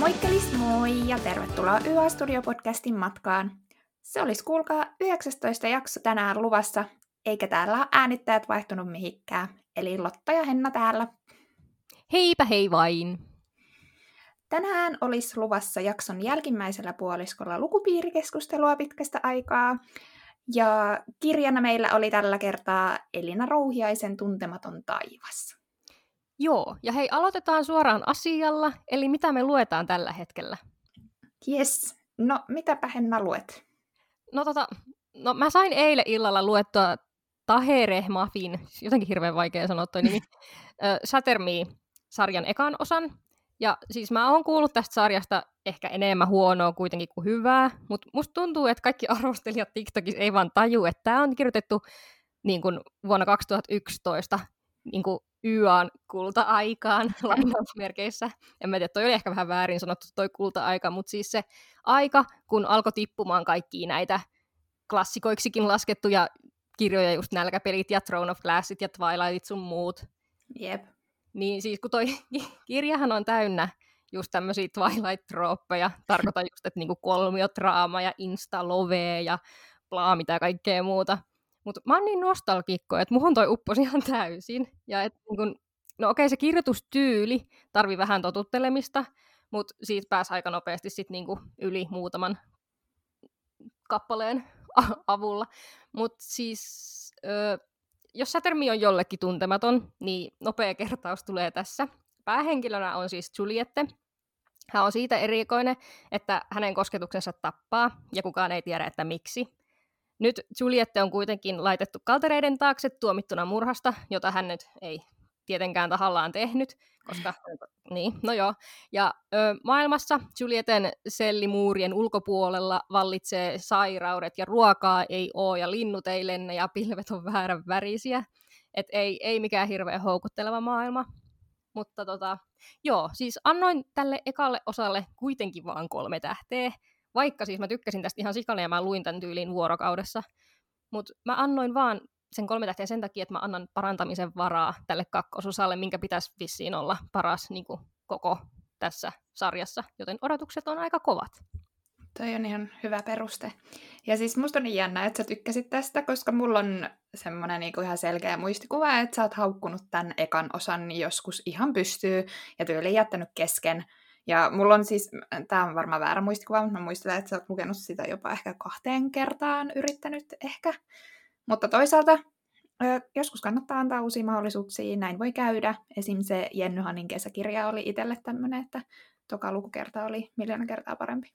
Moikkelis moi ja tervetuloa YA-studio-podcastin matkaan. Se olisi kuulkaa 19 jakso tänään luvassa, eikä täällä ole äänittäjät vaihtunut mihinkään. Eli Lotta ja Henna täällä. Heipä hei vain! Tänään olisi luvassa jakson jälkimmäisellä puoliskolla lukupiirikeskustelua pitkästä aikaa. Ja kirjana meillä oli tällä kertaa Elina Rouhiaisen Tuntematon taivas. Joo, ja hei, aloitetaan suoraan asialla, eli mitä me luetaan tällä hetkellä? Jes, no mitäpä Henna luet? No mä sain eilen illalla luettua Tahereh Mafin, jotenkin hirveän vaikea sanoa toi nimi, Shatter Me-sarjan ekan osan. Ja siis mä oon kuullut tästä sarjasta ehkä enemmän huonoa kuitenkin kuin hyvää, mutta musta tuntuu, että kaikki arvostelijat TikTokissa ei vaan taju, että tää on kirjoitettu niin kuin vuonna 2011 niin kuin YAn kulta-aikaan lainausmerkeissä. En mä tiedä, toi oli ehkä vähän väärin sanottu toi kulta-aika, mutta siis se aika, kun alkoi tippumaan kaikkia näitä klassikoiksikin laskettuja kirjoja, just Nälkäpelit ja Throne of Glassit ja Twilightit sun muut. Jep. Niin siis kun toi kirjahan on täynnä just tämmöisiä Twilight-trooppeja, tarkoitan just, että niinku kolmiodraama ja insta-lovea ja blaa mitä kaikkea muuta. Mutta mä oon niin nostalgikko, että muhun toi upposi ihan täysin. Ja et, no okei, se kirjoitustyyli tarvii vähän totuttelemista, mutta siitä pääsi aika nopeasti sit niinku yli muutaman kappaleen avulla. Mutta siis, jos Shatter Me on jollekin tuntematon, niin nopea kertaus tulee tässä. Päähenkilönä on siis Juliette. Hän on siitä erikoinen, että hänen kosketuksensa tappaa, ja kukaan ei tiedä, että miksi. Nyt Juliette on kuitenkin laitettu kaltereiden taakse tuomittuna murhasta, jota hän nyt ei tietenkään tahallaan tehnyt, koska niin, no joo. Ja maailmassa Julietten sellimuurien ulkopuolella vallitsee sairaudet ja ruokaa ei ole ja linnut ei lennä ja pilvet on väärän värisiä. Et ei mikään hirveän houkutteleva maailma. Mutta joo, siis annoin tälle ekalle osalle kuitenkin vaan 3 tähteä, vaikka siis mä tykkäsin tästä ihan sikana ja mä luin tämän tyyliin vuorokaudessa. Mutta mä annoin vaan sen 3 tähteä sen takia, että mä annan parantamisen varaa tälle kakkososalle, minkä pitäisi vissiin olla paras niin kuin koko tässä sarjassa, joten odotukset on aika kovat. Toi on ihan hyvä peruste. Ja siis musta on niin jännä, että sä tykkäsit tästä, koska mulla on semmoinen niinku ihan selkeä muistikuva, että sä oot haukkunut tämän ekan osan joskus ihan pystyy ja tyyliin jättänyt kesken. Ja mulla on siis, tää on varmaan väärä muistikuva, mutta mä muistan, että sä oot lukenut sitä jopa ehkä 2 kertaan, yrittänyt ehkä. Mutta toisaalta joskus kannattaa antaa uusia mahdollisuuksia, näin voi käydä. Esim. Se Jenny Hanin kesäkirja oli itselle tämmöinen, että toka lukukerta oli 1,000,000 kertaa parempi.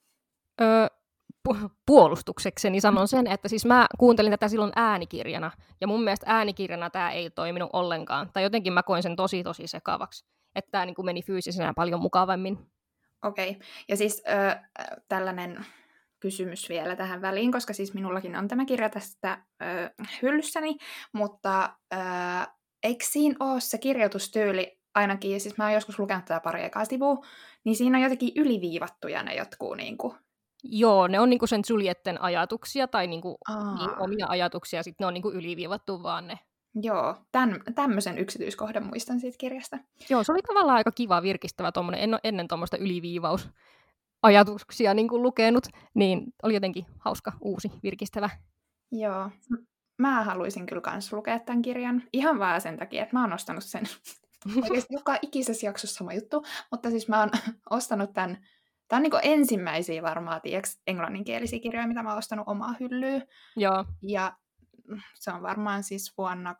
Puolustuksekseni sanon sen, että siis mä kuuntelin tätä silloin äänikirjana, ja mun mielestä äänikirjana tämä ei toiminut ollenkaan, tai jotenkin mä koin sen tosi sekavaksi, että tämä niin meni fyysisenä paljon mukavammin. Okei, ja siis tällainen kysymys vielä tähän väliin, koska siis minullakin on tämä kirja tästä hyllyssäni, mutta eikö siinä ole se kirjoitustyyli ainakin, siis mä oon joskus lukenut tätä pari ekaa sivua, niin siinä on jotenkin yliviivattuja ne jotkut niinku. Joo, ne on niinku sen Julietten ajatuksia tai niinku niin omia ajatuksia, sitten ne on niinku yliviivattu vaan ne. Joo, tämmöisen yksityiskohdan muistan siitä kirjasta. Joo, se oli tavallaan aika kiva, virkistävä tommonen. En ole ennen tuommoista yliviivausajatuksia niin kuin lukenut, niin oli jotenkin hauska, uusi, virkistävä. Joo, mä haluaisin kyllä kans lukea tämän kirjan. Ihan vaan sen takia, että mä oon ostanut sen. Oikeasti joka ikisessä jaksossa sama juttu, mutta siis mä oon ostanut tämän. Tämä on niin ensimmäisiä varmaan, tiiäks, englanninkielisiä kirjoja, mitä mä oon ostanut omaa hyllyyn. Joo. Ja se on varmaan siis vuonna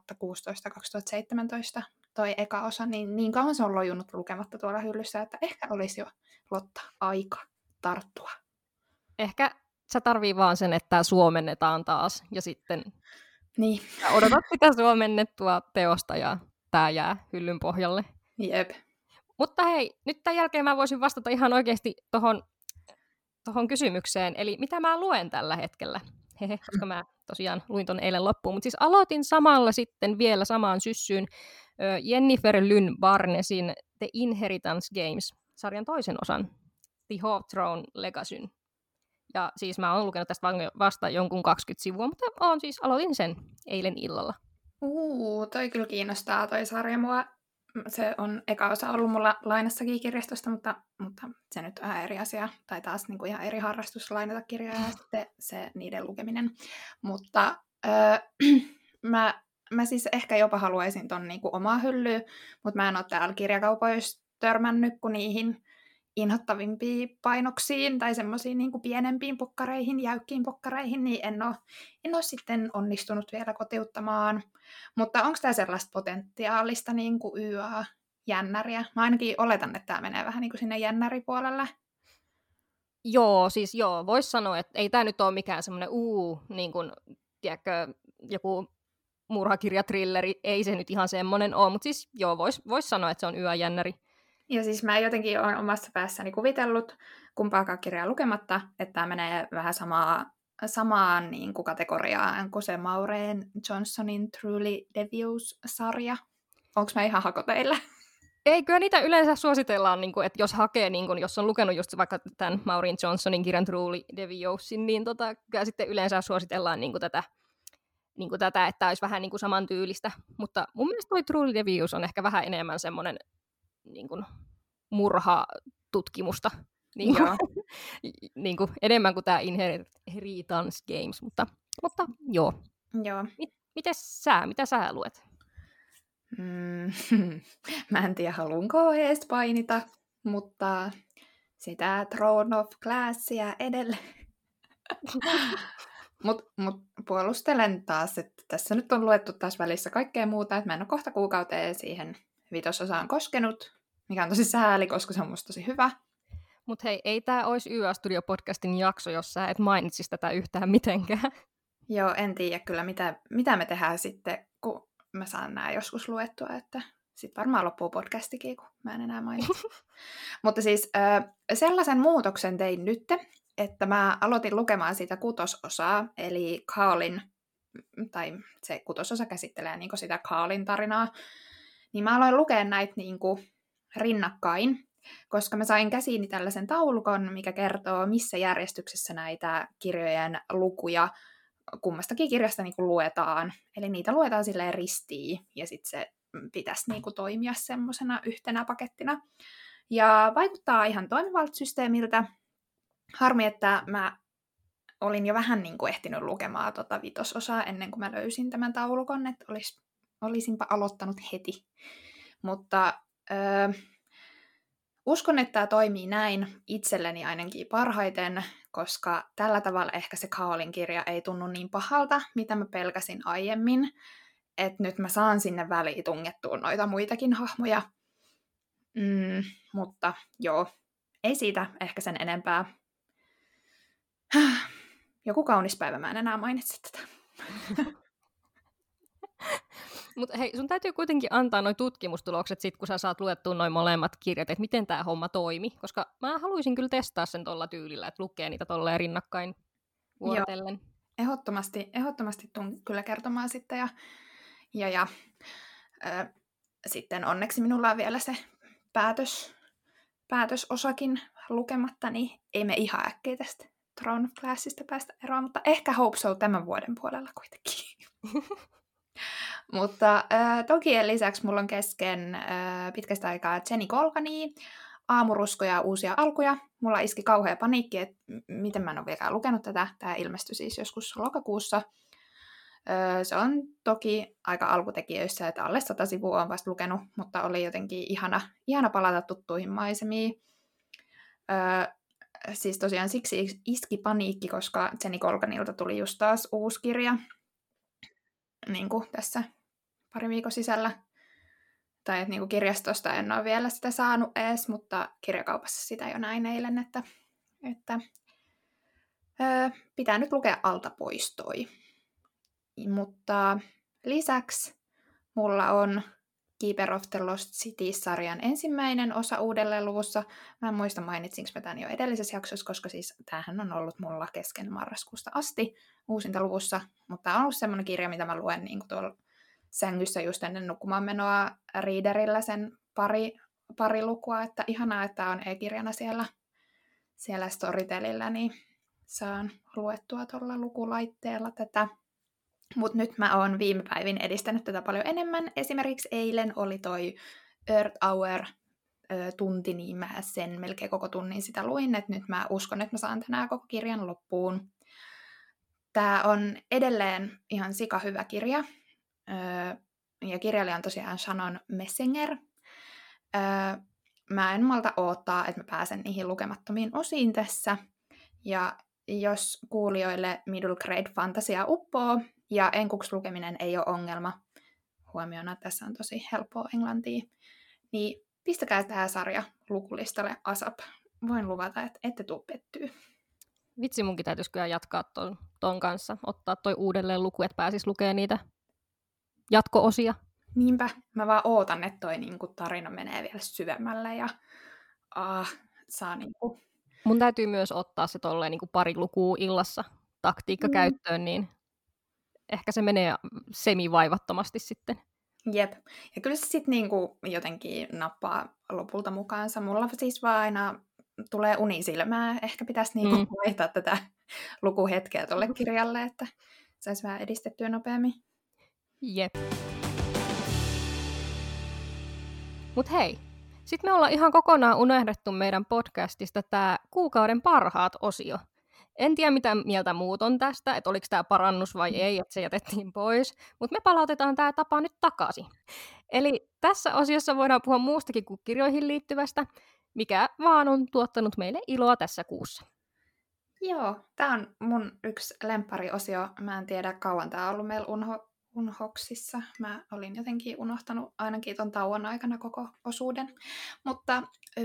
2016-2017 toi eka osa, niin kauan se on lojunut lukematta tuolla hyllyssä, että ehkä olisi jo, Lotta, aika tarttua. Ehkä sä tarvii vaan sen, että tämä suomennetaan taas, ja sitten niin. Odotat sitä suomennettua teosta, ja tämä jää hyllyn pohjalle. Jep. Mutta hei, nyt tämän jälkeen mä voisin vastata ihan oikeasti tohon kysymykseen, eli mitä mä luen tällä hetkellä. Koska mä tosiaan luin ton eilen loppuun. Mutta siis aloitin samalla sitten vielä samaan syssyyn Jennifer Lynn Barnesin The Inheritance Games-sarjan toisen osan, The Hawthorne Legacyn. Ja siis mä oon lukenut tästä vasta jonkun 20 sivua, mutta aloitin sen eilen illalla. Toi kyllä kiinnostaa toi sarja mua. se on eka osa ollut mulla lainassakin kirjastosta, mutta se nyt on ihan eri asia. Tai taas niin kuin ihan eri harrastus lainata kirjoja ja sitten se niiden lukeminen. Mutta mä siis ehkä jopa haluaisin ton niin kuin omaa hyllyä, mutta mä en ole täällä kirjakaupoissa törmännyt, kun niihin inhottavimpiin painoksiin tai semmoisiin niin kuin pienempiin pokkareihin, jäykkiin pokkareihin, niin en ole sitten onnistunut vielä kotiuttamaan. Mutta onko tämä sellaista potentiaalista niin kuin YA-jännäriä? Mä ainakin oletan, että tämä menee vähän niin kuin sinne jännäripuolelle. Joo, siis voisi sanoa, että ei tämä nyt ole mikään semmoinen niin kuin, tiedätkö, joku murhakirjatrilleri, ei se nyt ihan semmoinen ole, mutta siis vois sanoa, että se on YA-jännäri. Ja siis mä jotenkin olen omassa päässäni kuvitellut kumpaakaan kirjaa lukematta, että tämä menee vähän samaan niin kuin kategoriaan kuin se Maureen Johnsonin Truly Devious-sarja. Onko mä ihan hakoteilla? Ei, kyllä niitä yleensä suositellaan, niin kuin, että jos hakee, niin kuin, jos on lukenut just vaikka tämän Maureen Johnsonin kirjan Truly Deviousin, niin kyllä sitten yleensä suositellaan niin kuin tätä, että olisi vähän niin kuin samantyylistä. Mutta mun mielestä toi Truly Devious on ehkä vähän enemmän semmoinen niin kuin murhatutkimusta. Niin kuin, enemmän kuin tämä Inheritance Games, mutta joo. Mites sä? Mitä sä luet? Mä en tiedä, haluanko edes painita, mutta sitä Throne of Glassia edelleen. Mut puolustelen taas, että tässä nyt on luettu taas välissä kaikkea muuta, että mä en ole kohta kuukauteen siihen 5. osaan koskenut, mikä on tosi sääli, koska se on musta tosi hyvä. Mut hei, ei tää olisi YA-studio-podcastin jakso, jos sä et mainitsisi tätä yhtään mitenkään. Joo, en tiedä kyllä, mitä me tehdään sitten, kun mä saan nää joskus luettua, että sitten varmaan loppuu podcastikin, kun mä en enää mainitse. Mutta siis sellaisen muutoksen tein nyt, että mä aloitin lukemaan sitä 6. osaa, eli Carlin, tai se 6. osa käsittelee niin kuin sitä Carlin tarinaa, niin mä aloin lukea näitä niin kuin rinnakkain, koska mä sain käsiini tällaisen taulukon, mikä kertoo, missä järjestyksessä näitä kirjojen lukuja kummastakin kirjasta niin kuin luetaan. Eli niitä luetaan silleen ristiin, ja sitten se pitäisi niin kuin toimia semmoisena yhtenä pakettina. Ja vaikuttaa ihan toimivalta systeemiltä. Harmi, että mä olin jo vähän niin kuin ehtinyt lukemaan 5. osaa ennen kuin mä löysin tämän taulukon, että olisinpa aloittanut heti. Mutta uskon, että tämä toimii näin itselleni ainakin parhaiten, koska tällä tavalla ehkä se Carlin kirja ei tunnu niin pahalta, mitä mä pelkäsin aiemmin. Että nyt mä saan sinne väliin tungettua noita muitakin hahmoja. Mutta joo, ei siitä ehkä sen enempää. Joku kaunis päivä, mä en enää mainitse tätä. Mutta hei, sun täytyy kuitenkin antaa noi tutkimustulokset sit, kun sä saat luettua noi molemmat kirjat, että miten tää homma toimi. Koska mä haluaisin kyllä testaa sen tolla tyylillä, että lukee niitä tolleen rinnakkain vuorotellen. Ehdottomasti tuun kyllä kertomaan sitten. Ja sitten onneksi minulla on vielä se päätösosakin lukematta, niin ei me ihan äkkiä tästä Throne of Glassista päästä eroon, mutta ehkä Hope So tämän vuoden puolella kuitenkin. Mutta Tokien lisäksi mulla on kesken pitkästä aikaa Jenny Colgania, Aamuruskoja ja uusia alkuja. Mulla iski kauhea paniikki, että miten mä en ole vieläkään lukenut tätä. Tämä ilmestyi siis joskus lokakuussa. Se on toki aika alkutekijöissä, että alle 100 sivua on vasta lukenut, mutta oli jotenkin ihana palata tuttuihin maisemiin. Siis tosiaan siksi iski paniikki, koska Jenny Colganilta tuli just taas uusi kirja. Niin kuin tässä pari viikon sisällä. Tai että niin kuin kirjastosta en ole vielä sitä saanut edes, mutta kirjakaupassa sitä jo näin eilen, että pitää nyt lukea alta pois toi. Mutta lisäksi mulla on Keeper of the Lost Cities-sarjan ensimmäinen osa uudelleen luvussa. Mä en muista mainitsinko mä tämän jo edellisessä jaksossa, koska siis tämähän on ollut mulla kesken marraskuusta asti uusinta luvussa. Mutta tämä on ollut semmoinen kirja, mitä mä luen niin kuin tuolla sängyssä just ennen nukkumaan menoa Readerillä sen pari lukua. Että ihanaa, että on e-kirjana siellä Storytelillä, niin saan luettua tuolla lukulaitteella tätä. Mutta nyt mä oon viime päivin edistänyt tätä paljon enemmän. Esimerkiksi eilen oli toi Earth Hour tunti, niin mä sen melkein koko tunnin sitä luin, että nyt mä uskon, että mä saan tänään koko kirjan loppuun. Tää on edelleen ihan sika hyvä kirja, ja kirjailija on tosiaan Shannon Messinger. Mä en malta odottaa, että mä pääsen niihin lukemattomiin osiin tässä, ja jos kuulijoille middle grade fantasia uppoo, ja enkuksi lukeminen ei ole ongelma, huomiona, että tässä on tosi helppoa englantia, niin pistäkää tämä sarja lukulistalle ASAP. Voin luvata, että ette tule pettyä. Vitsi, munkin täytyisi kyllä jatkaa ton kanssa, ottaa toi uudelleen luku, että pääsis lukemaan niitä jatko-osia. Niinpä, mä vaan ootan, että toi niinku tarina menee vielä syvemmälle ja saa niinku... Mun täytyy myös ottaa se tolleen niinku pari lukua illassa taktiikka käyttöön, niin ehkä se menee semivaivattomasti sitten. Jep. Ja kyllä se sitten niinku jotenkin nappaa lopulta mukaansa. Mulla siis vaan aina tulee unisilmää. Ehkä pitäisi niinku vaihtaa tätä lukuhetkeä tolle kirjalle, että saisi vähän edistettyä nopeammin. Jep. Mut hei, sitten me ollaan ihan kokonaan unohdettu meidän podcastista tää kuukauden parhaat osio. En tiedä, mitä mieltä muut on tästä, että oliko tämä parannus vai ei, että se jätettiin pois, mutta me palautetaan tämä tapa nyt takaisin. Eli tässä osiossa voidaan puhua muustakin kuin kirjoihin liittyvästä, mikä vaan on tuottanut meille iloa tässä kuussa. Joo, tämä on mun yksi lemppariosio. Mä en tiedä, kauan tämä on ollut meillä unhoksissa. Mä olin jotenkin unohtanut ainakin ton tauon aikana koko osuuden. Mutta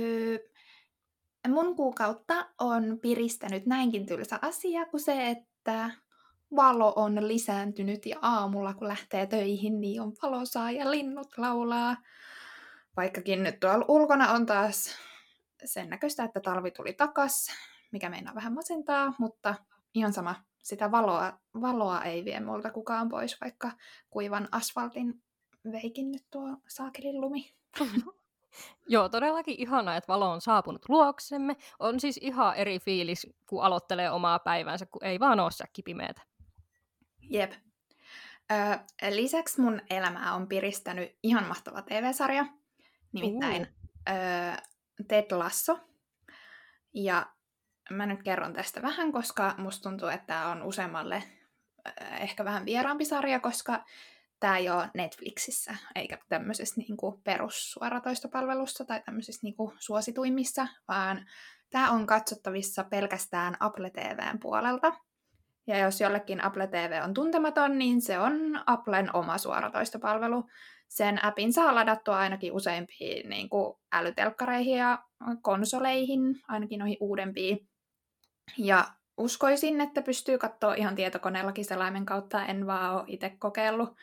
mun kuukautta on piristänyt näinkin tylsä asia kuin se, että valo on lisääntynyt ja aamulla kun lähtee töihin, niin on valosaa ja linnut laulaa. Vaikkakin nyt tuolla ulkona on taas sen näköistä, että talvi tuli takas, mikä meinaa vähän masentaa, mutta ihan sama, sitä valoa ei vie multa kukaan pois, vaikka kuivan asfaltin veikin nyt tuo saakelin lumi. Joo, todellakin ihanaa, että valo on saapunut luoksemme. On siis ihan eri fiilis, kun aloittelee omaa päivänsä, kun ei vaan ole säkkipimeätä. Jep. Lisäksi mun elämää on piristänyt ihan mahtava TV-sarja, nimittäin Ted Lasso. Ja mä nyt kerron tästä vähän, koska musta tuntuu, että tää on useammalle ehkä vähän vieraampi sarja, koska tää ei ole Netflixissä, eikä tämmöisessä niinku perussuoratoistopalvelussa tai tämmöisissä niinku suosituimmissa, vaan tää on katsottavissa pelkästään Apple TV:n puolelta. Ja jos jollekin Apple TV on tuntematon, niin se on Applen oma suoratoistopalvelu. Sen appin saa ladattua ainakin useimpiin niin kuin älytelkkareihin ja konsoleihin, ainakin noihin uudempiin. Ja uskoisin, että pystyy katsoa ihan tietokoneellakin selaimen kautta, en vaan ole itse kokeillut.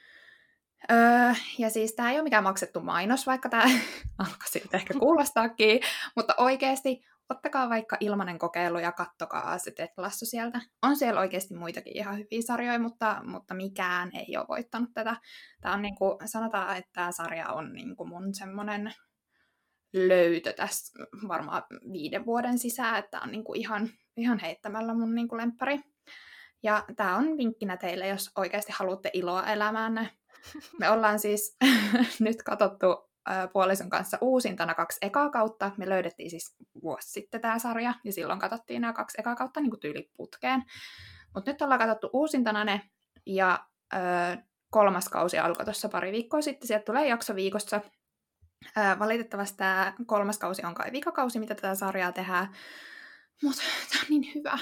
Ja siis tämä ei ole mikään maksettu mainos, vaikka tämä alkoi siltä ehkä kuulostaakin, mutta oikeasti ottakaa vaikka ilmainen kokeilu ja kattokaa se Ted Lasso sieltä. On siellä oikeasti muitakin ihan hyviä sarjoja, mutta mikään ei ole voittanut tätä. Tämä on niin kuin, sanotaan, että tämä sarja on niin kuin mun semmoinen löytö tässä varmaan 5 vuoden sisään, että on niin kuin ihan heittämällä mun niin kuin lemppari. Ja tämä on vinkkinä teille, jos oikeasti haluatte iloa elämäänne. Me ollaan siis nyt katsottu puolison kanssa uusintana 2 ekaa kautta. Me löydettiin siis vuosi sitten tämä sarja, ja silloin katsottiin nämä 2 ekaa kautta niin kuin tyyliputkeen. Mutta nyt ollaan katsottu uusintana ne, ja 3. kausi alkoi tuossa pari viikkoa sitten. Sieltä tulee jakso viikossa. Valitettavasti tämä 3. kausi on kai vikakausi, mitä tätä sarjaa tehdään. Mutta tämä on niin hyvä.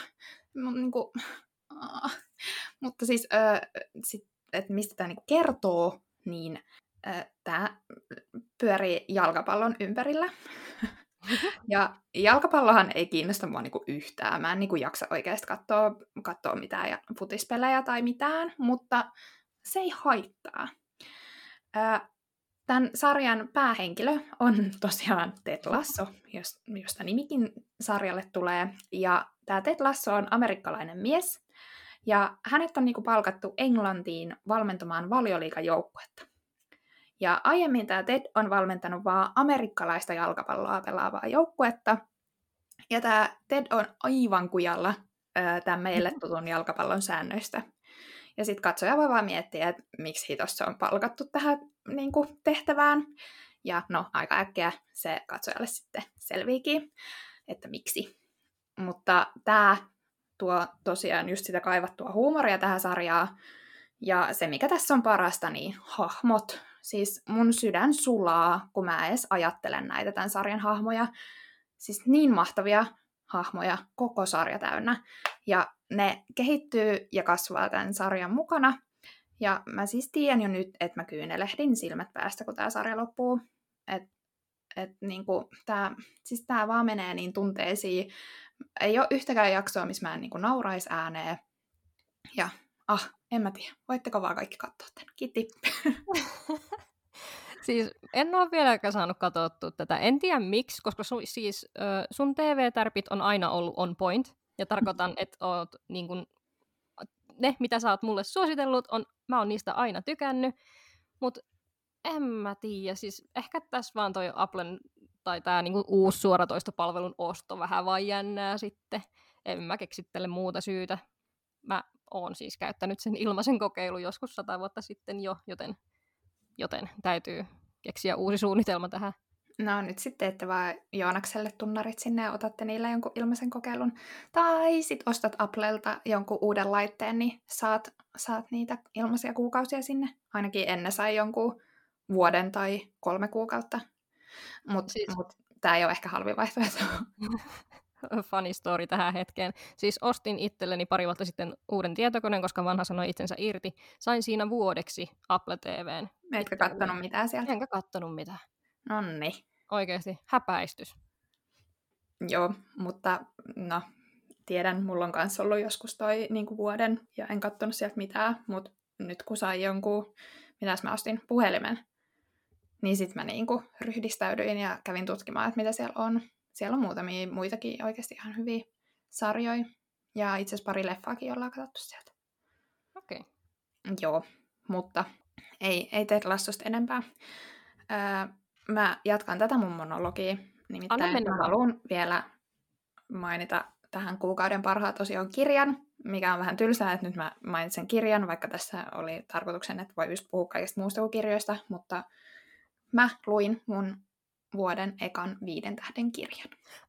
Mutta siis, että mistä tämä niinku kertoo, niin tämä pyörii jalkapallon ympärillä. Ja jalkapallohan ei kiinnosta mua niinku yhtään. Mä en niinku jaksa oikeasti katsoa mitään futispelejä tai mitään, mutta se ei haittaa. Tämän sarjan päähenkilö on tosiaan Ted Lasso, josta nimikin sarjalle tulee. Ja tämä Ted Lasso on amerikkalainen mies, ja hänet on niinku palkattu Englantiin valmentamaan Valioliigajoukkuetta. Ja aiemmin tämä Ted on valmentanut vaan amerikkalaista jalkapalloa pelaavaa joukkuetta. Ja tämä Ted on aivan kujalla tämän meille tutun jalkapallon säännöistä. Ja sitten katsoja voi vaan miettiä, että miksi hitossa on palkattu tähän niin kuin tehtävään. Ja no, aika äkkiä se katsojalle sitten selviikin, että miksi. Mutta tämä tuo tosiaan just sitä kaivattua huumoria tähän sarjaan. Ja se, mikä tässä on parasta, niin hahmot. Siis mun sydän sulaa, kun mä edes ajattelen näitä tämän sarjan hahmoja. Siis niin mahtavia hahmoja, koko sarja täynnä. Ja ne kehittyy ja kasvaa tämän sarjan mukana. Ja mä siis tiedän jo nyt, että mä kyynelehdin silmät päästä, kun tää sarja loppuu. Niinku, tää vaan menee niin tunteisiin. Ei ole yhtäkään jaksoa, missä mä en niinku naurais ääneen. Ja en mä tiedä. Voitteko vaan kaikki katsoa tän. Kiitti. Siis en ole vieläkään saanut katsottua tätä. En tiedä miksi, koska sun TV-tärpit on aina ollut on point. Ja tarkoitan, että oot, niin kun, ne, mitä sä oot mulle suositellut, mä oon niistä aina tykännyt. Mutta en mä tiedä. Siis ehkä tässä vaan toi Applen tai tää niinku uusi suoratoistopalvelun osto vähän vaan jännää sitten. En mä keksittele muuta syytä. Mä oon siis käyttänyt sen ilmaisen kokeilun joskus 100 vuotta sitten jo, joten täytyy keksiä uusi suunnitelma tähän. No nyt sitten teette vaan Joonakselle tunnarit sinne ja otatte niillä jonkun ilmaisen kokeilun. Tai sit ostat Applelta jonkun uuden laitteen, niin saat niitä ilmaisia kuukausia sinne. Ainakin ennen sai jonkun vuoden tai 3 kuukautta. Mutta tämä ei ole ehkä halvin vaihtoehto. Funny story tähän hetkeen. Siis ostin itselleni pari vuotta sitten uuden tietokoneen, koska vanha sanoi itsensä irti. Sain siinä vuodeksi Apple TVn. Etkä kattonut mitään sieltä? Enkä kattonut mitään. Nonni. Oikeasti, häpäistys. Joo, mutta no, tiedän, mulla on kanssa ollut joskus toi niinku vuoden, ja en kattonut sieltä mitään, mutta nyt kun sain jonkun, mitäs mä ostin, puhelimen, niin sit mä niinku ryhdistäydyin ja kävin tutkimaan, että mitä siellä on. Siellä on muutamia muitakin oikeasti ihan hyviä sarjoja, ja itse asiassa pari leffaakin ollaan katsottu sieltä. Okei. Joo, mutta ei Ted Lassosta enempää. Mä jatkan tätä mun monologia. Nimittäin mä haluan vielä mainita tähän kuukauden parhaat osion kirjan, mikä on vähän tylsää, että nyt mä mainitsen kirjan, vaikka tässä oli tarkoituksen, että voi just puhua kaikista muusta kuin kirjoista, mutta mä luin mun vuoden ekan 5 tähden kirjan.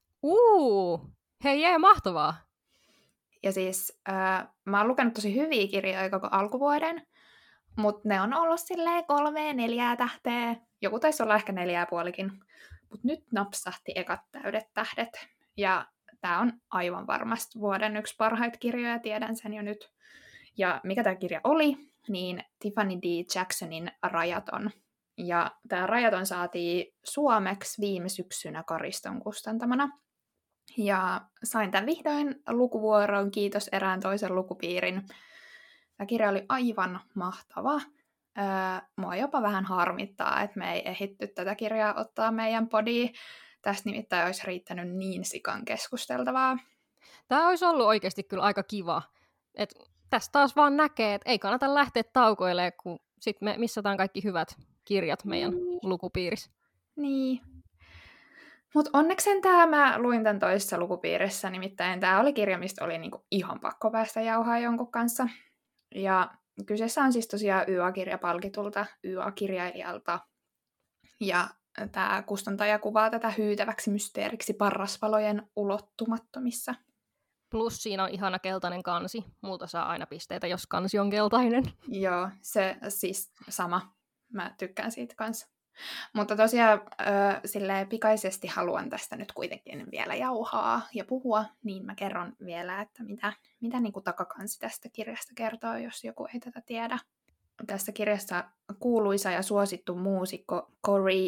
Hei, mahtavaa! Ja siis mä oon lukenut tosi hyviä kirjoja koko alkuvuoden, mutta ne on ollut silleen 3-4 tähteä. Joku taisi olla ehkä 4,5kin. Mutta nyt napsahti ekat täydet tähdet. Ja tää on aivan varmasti vuoden yksi parhaita kirjoja, tiedän sen jo nyt. Ja mikä tämä kirja oli, niin Tiffany D. Jacksonin Rajaton. Ja tämä Rajaton saatiin suomeksi viime syksynä Kariston kustantamana. Ja sain tämän vihdoin lukuvuoroon, kiitos erään toisen lukupiirin. Tämä kirja oli aivan mahtava. Mua jopa vähän harmittaa, että me ei ehditty tätä kirjaa ottaa meidän podiin. Tästä nimittäin olisi riittänyt niin sikan keskusteltavaa. Tämä olisi ollut oikeasti kyllä aika kiva. Et tästä taas vaan näkee, että ei kannata lähteä taukoilemaan, kun sitten me missataan kaikki hyvät kirjat meidän lukupiirissä. Niin. Mutta onneksi mä luin tämän toisessa lukupiirissä, nimittäin tämä oli kirja, mistä oli niinku ihan pakko päästä jauhaa jonkun kanssa. Ja kyseessä on siis tosiaan YA-kirjapalkitulta YA-kirjailijalta. Ja tämä kustantaja kuvaa tätä hyytäväksi mysteeriksi parrasvalojen ulottumattomissa. Plus siinä on ihana keltainen kansi. Multa saa aina pisteitä, jos kansi on keltainen. Joo, se siis sama. Mä tykkään siitä kanssa. Mutta tosiaan silleen pikaisesti haluan tästä nyt kuitenkin vielä jauhaa ja puhua, niin mä kerron vielä, että mitä niin kuin takakansi tästä kirjasta kertoo, jos joku ei tätä tiedä. Tässä kirjassa kuuluisa ja suosittu muusikko Corey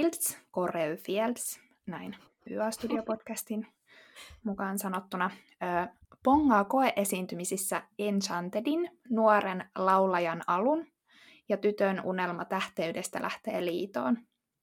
Fields, näin YA-studio-podcastin mukaan sanottuna, pongaa koeesiintymisissä Enchantedin nuoren laulajan alun, ja tytön unelma tähteydestä lähtee liitoon.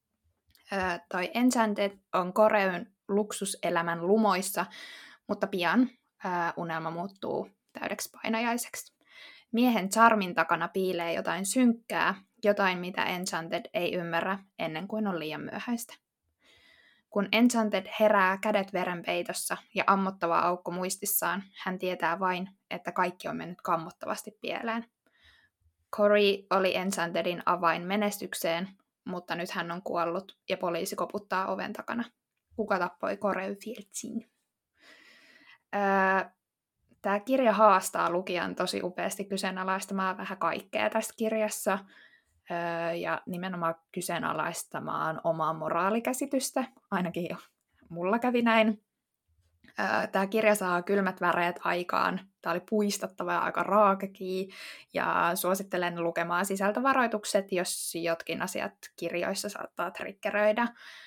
Toi Enchanted on Coreyn luksuselämän lumoissa, mutta pian unelma muuttuu täydeksi painajaiseksi. Miehen charmin takana piilee jotain synkkää, jotain mitä Enchanted ei ymmärrä ennen kuin on liian myöhäistä. Kun Enchanted herää kädet verenpeitossa ja ammottava aukko muistissaan, hän tietää vain, että kaikki on mennyt kammottavasti pieleen. Corey oli Enchantedin avain menestykseen, mutta nyt hän on kuollut ja poliisi koputtaa oven takana. Kuka tappoi Koreufieldsin? Tämä kirja haastaa lukijan tosi upeasti kyseenalaistamaan vähän kaikkea tässä kirjassa ja nimenomaan kyseenalaistamaan omaa moraalikäsitystä. Ainakin mulla kävi näin. Tämä kirja saa kylmät väreet aikaan. Tämä oli puistattava ja aika raakekin. Ja suosittelen lukemaan sisältövaroitukset, jos jotkin asiat kirjoissa saattaa triggeröidä.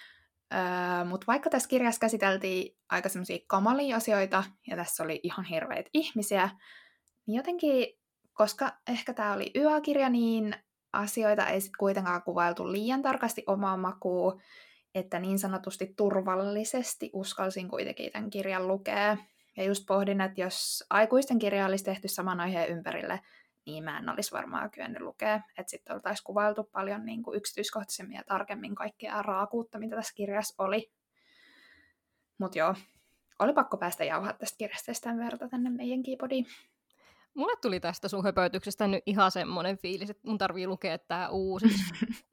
Mutta vaikka tässä kirjassa käsiteltiin aika semmoisia kamalia asioita, ja tässä oli ihan hirveitä ihmisiä, niin jotenkin, koska ehkä tämä oli YA-kirja, niin asioita ei sitten kuitenkaan kuvailtu liian tarkasti omaan makuun, että niin sanotusti turvallisesti uskalsin kuitenkin tämän kirjan lukea. Ja just pohdin, että jos aikuisten kirja olisi tehty saman aiheen ympärille, niin mä en olisi varmaan kyennyt lukea. Että sitten oltaisiin kuvailtu paljon niin kuin yksityiskohtaisemmin ja tarkemmin kaikkea raakuutta, mitä tässä kirjassa oli. Mutta joo, oli pakko päästä jauhaa tästä kirjasta ja sitä verta tänne meidän Keyboardiin. Mulle tuli tästä sun höpötyksestä nyt ihan semmoinen fiilis, että mun tarvii lukea tää uusiksi.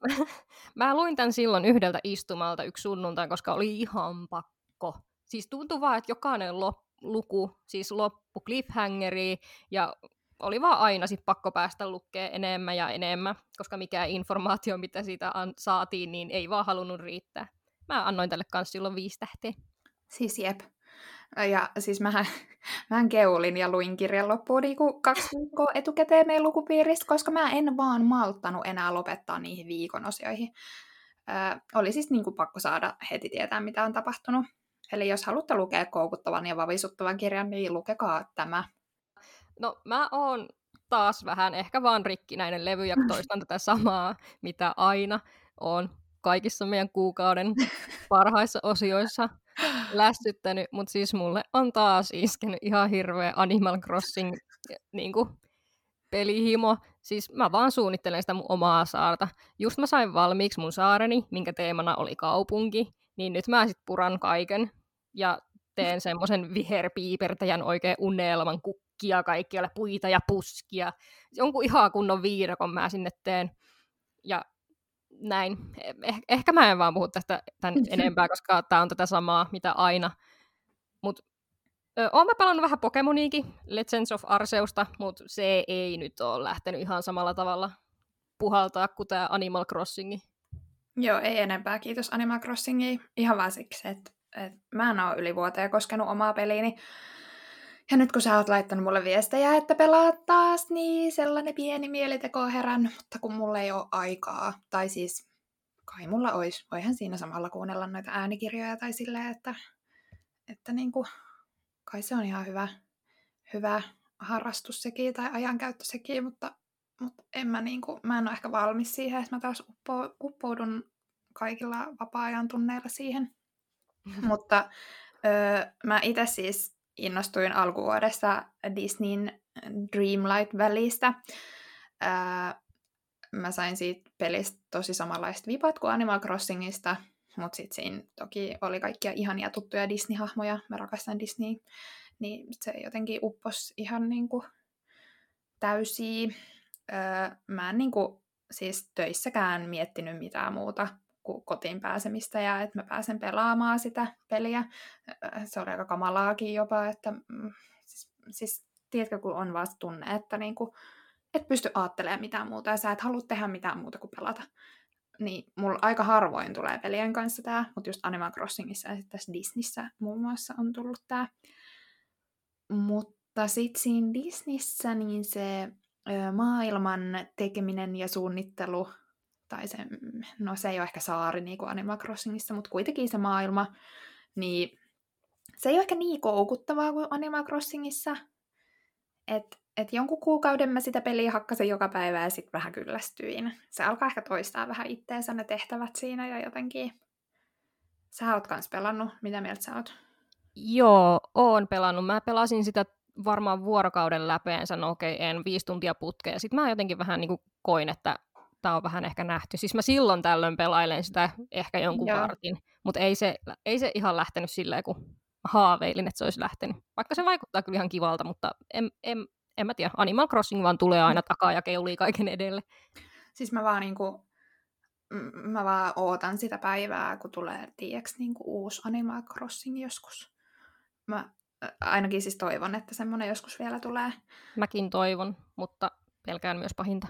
Mä luin tän silloin yhdeltä istumalta yksi sunnuntai, koska oli ihan pakko. Siis tuntui vaan, että jokainen luku, siis loppu cliffhangeri, ja oli vaan aina sit pakko päästä lukemaan enemmän ja enemmän, koska mikään informaatio, mitä siitä saatiin, niin ei vaan halunnut riittää. Mä annoin tälle kanssa silloin 5 tähteä. Siis jep. Ja siis mähän keulin ja luin kirjan loppuun niin 2 viikkoa etukäteen meidän lukupiiristä, koska mä en vaan malttanut enää lopettaa niihin viikon osioihin. Oli siis niin kuin pakko saada heti tietää, mitä on tapahtunut. Eli jos haluatte lukea koukuttavan ja vavisuttavan kirjan, niin lukekaa tämä. No mä oon taas vähän ehkä vaan rikkinäinen levy ja toistan tätä samaa, mitä aina on kaikissa meidän kuukauden parhaissa osioissa lässyttänyt, mutta siis mulle on taas iskenyt ihan hirveä Animal Crossing niinku pelihimo. Siis mä vaan suunnittelen sitä mun omaa saarta. Just mä sain valmiiksi mun saareni, minkä teemana oli kaupunki, niin nyt mä sit puran kaiken ja teen semmoisen viherpiipertäjän oikein unelman kukkia, kaikkialle puita ja puskia. Jonkun ihan kunnon viidakon mä sinne teen. Ja näin. Ehkä mä en vaan puhu tästä tän enempää, koska tää on tätä samaa, mitä aina. Mut oon mä pelannut vähän Pokemoniikin, Legends of Arseusta, mutta se ei nyt ole lähtenyt ihan samalla tavalla puhaltaa kuin tää Animal Crossingi. Joo, ei enempää. Kiitos Animal Crossingi. Ihan vaan siksi, että mä en ole yli vuoteen koskenut omaa peliini. Ja nyt kun sä oot laittanut mulle viestejä, että pelaat taas, niin sellainen pieni mieliteko on herännyt, mutta kun mulla ei ole aikaa. Tai siis, kai mulla olisi. Voihan siinä samalla kuunnella noita äänikirjoja tai silleen, että niinku, kai se on ihan hyvä harrastus sekin tai ajankäyttö sekin, mutta mä en ole ehkä valmis siihen, että mä taas uppoudun kaikilla vapaa-ajan tunneilla siihen. Mutta mä itse siis innostuin alkuvuodesta Disneyn Dreamlight-välistä. Mä sain siitä pelistä tosi samanlaiset vipat kuin Animal Crossingista, mutta sitten siinä toki oli kaikkia ihania tuttuja Disney-hahmoja. Mä rakastan Disney, niin se jotenkin upposi ihan niinku täysiä. Mä en niinku siis töissäkään miettinyt mitään muuta kuin kotiin pääsemistä ja että mä pääsen pelaamaan sitä peliä. Se oli aika kamalaakin jopa, että siis tiedätkö, kun on vasta tunne, että niinku, et pysty ajattelemaan mitään muuta ja sä et halua tehdä mitään muuta kuin pelata. Niin mulla aika harvoin tulee pelien kanssa tää, mutta just Animal Crossingissa ja sitten tässä Disneyssä muun muassa on tullut tää. Mutta sitten siinä Disneyssä niin se maailman tekeminen ja suunnittelu, tai se ei ole ehkä saari niin kuin Animal Crossingissa, mutta kuitenkin se maailma, niin se ei ole ehkä niin koukuttavaa kuin Animal Crossingissa. Et jonkun kuukauden mä sitä peliä hakkasin joka päivä ja sitten vähän kyllästyin. Se alkaa ehkä toistaa vähän itteensä ne tehtävät siinä ja jotenkin. Sä oot kans pelannut. Mitä mieltä sä oot? Joo, oon pelannut. Mä pelasin sitä varmaan vuorokauden läpeensä, no okei, en 5 tuntia putkeen. Sitten mä jotenkin vähän niin kuin koin, että tää on vähän ehkä nähty. Siis mä silloin tällöin pelailen sitä ehkä jonkun vartin, mutta ei se ihan lähtenyt silleen, kun haaveilin, että se olisi lähtenyt. Vaikka se vaikuttaa kyllä ihan kivalta, mutta en mä tiedä. Animal Crossing vaan tulee aina takaa ja keulii kaiken edelle. Siis mä vaan niinku mä vaan ootan sitä päivää, kun tulee, tiiäks, niinku uusi Animal Crossing joskus. Mä ainakin siis toivon, että semmoinen joskus vielä tulee. Mäkin toivon, mutta pelkään myös pahinta.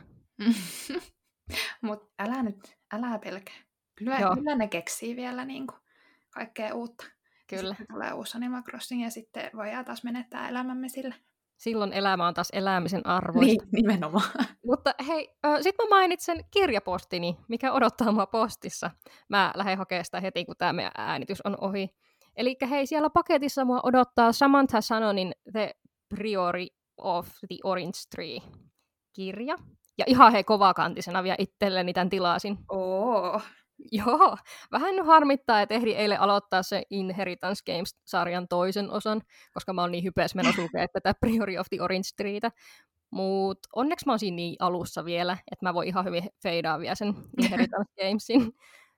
Mut älä pelkää. Kyllä ne keksii vielä niinku kaikkea uutta. Kyllä. Sitten tulee uusi Animal Crossing ja sitten voidaan taas menettää elämämme sillä. Silloin elämä on taas elämisen arvoista. Niin, nimenomaan. Mutta hei, sit mä mainitsen kirjapostini, mikä odottaa mua postissa. Mä lähden hakemaan sitä heti, kun tämä meidän äänitys on ohi. Eli hei, siellä paketissa mua odottaa Samantha Shanonin The Priory of the Orange Tree-kirja. Ja ihan hei kovakantisena vielä itselleni tämän tilasin. Joo, vähän nyt harmittaa, että ehdin eilen aloittaa se Inheritance Games-sarjan toisen osan, koska mä oon niin hypeäs menossa lukea tätä Priory of the Orange Treetä. Mutta onneksi mä oon siinä niin alussa vielä, että mä voin ihan hyvin feidaa vielä sen Inheritance Gamesin.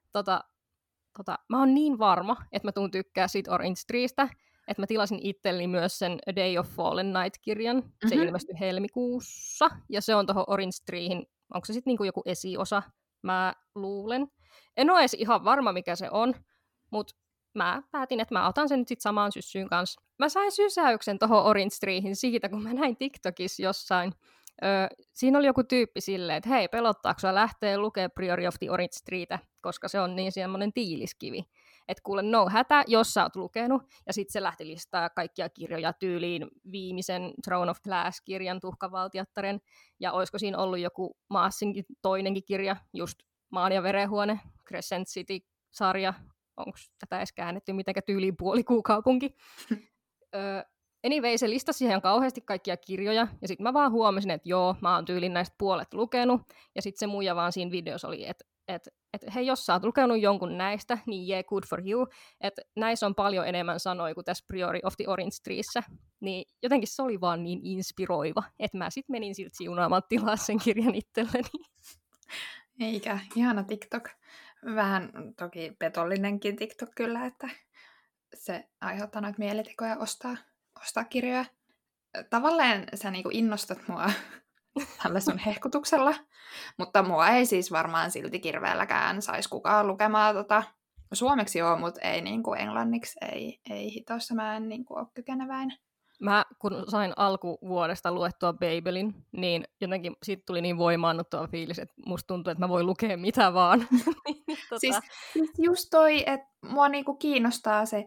Mä oon niin varma, että mä tuun tykkää siitä Orange Treestä, että mä tilasin itselleni myös sen A Day of Fallen Night-kirjan. Se ilmestyi helmikuussa, ja se on tuohon Orange Treehin, onko se sitten niinku joku esiosa, mä luulen. En ole edes ihan varma, mikä se on, mutta mä päätin, että mä otan sen nyt sitten samaan syssyyn kanssa. Mä sain sysäyksen tuohon Orange Treehin siitä, kun mä näin TikTokissa jossain. Siinä oli joku tyyppi silleen, että hei, pelottaako sua lähtee lukemaan Priory of the Orange Treetä, koska se on niin semmoinen tiiliskivi. Että kuule, no hätä, jos sä oot lukenut. Ja sitten se lähti listaa kaikkia kirjoja tyyliin viimeisen Throne of Glass-kirjan, Tuhkavaltiattaren. Ja olisiko siinä ollut joku Maassinkin toinenkin kirja, just Maan ja verenhuone, Crescent City-sarja. Onko tätä edes käännetty mitenkään tyyliin puolikuukaupunki? Anyway, se listasi ihan kauheasti kaikkia kirjoja, ja sitten mä vaan huomasin, että joo, mä oon tyylin näistä puolet lukenut, ja sitten se muija vaan siinä videossa oli, että hei, jos sä oot lukenut jonkun näistä, niin yeah, good for you, että näissä on paljon enemmän sanoja kuin tässä Priory of the Orange Treessä, niin jotenkin se oli vaan niin inspiroiva, että mä sitten menin siltä siunaamaan tilaa sen kirjan itselleni. Eikä, ihana TikTok. Vähän toki petollinenkin TikTok kyllä, että se aiheuttaa noita mielitekoja ostaa kirjoja. Tavallaan sä niinku innostat mua tällä sun hehkutuksella, mutta mua ei siis varmaan silti kirveelläkään saisi kukaan lukemaan suomeksi joo, mutta ei niinku englanniksi, ei hitossa, mä en niinku ole kykeneväinen. Mä kun sain alkuvuodesta luettua Babelin, niin jotenkin siitä tuli niin voimaannuttava fiilis, että musta tuntuu, että mä voin lukea mitä vaan. Siis just toi, että mua niinku kiinnostaa se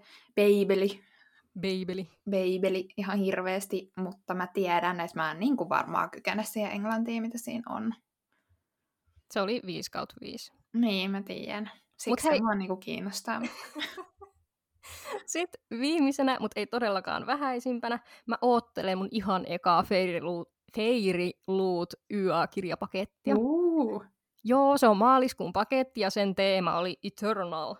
Babeli ihan hirveästi, mutta mä tiedän, että mä en niinku varmaan kykene siihen englantiin, mitä siinä on. Se oli 5/5. Niin, mä tiedän. Siksi se mua niinku kiinnostaa. Sitten viimeisenä, mutta ei todellakaan vähäisimpänä, mä oottelen mun ihan ekaa Fairy Loot YA-kirjapakettia. Joo, se on maaliskuun paketti ja sen teema oli Eternal.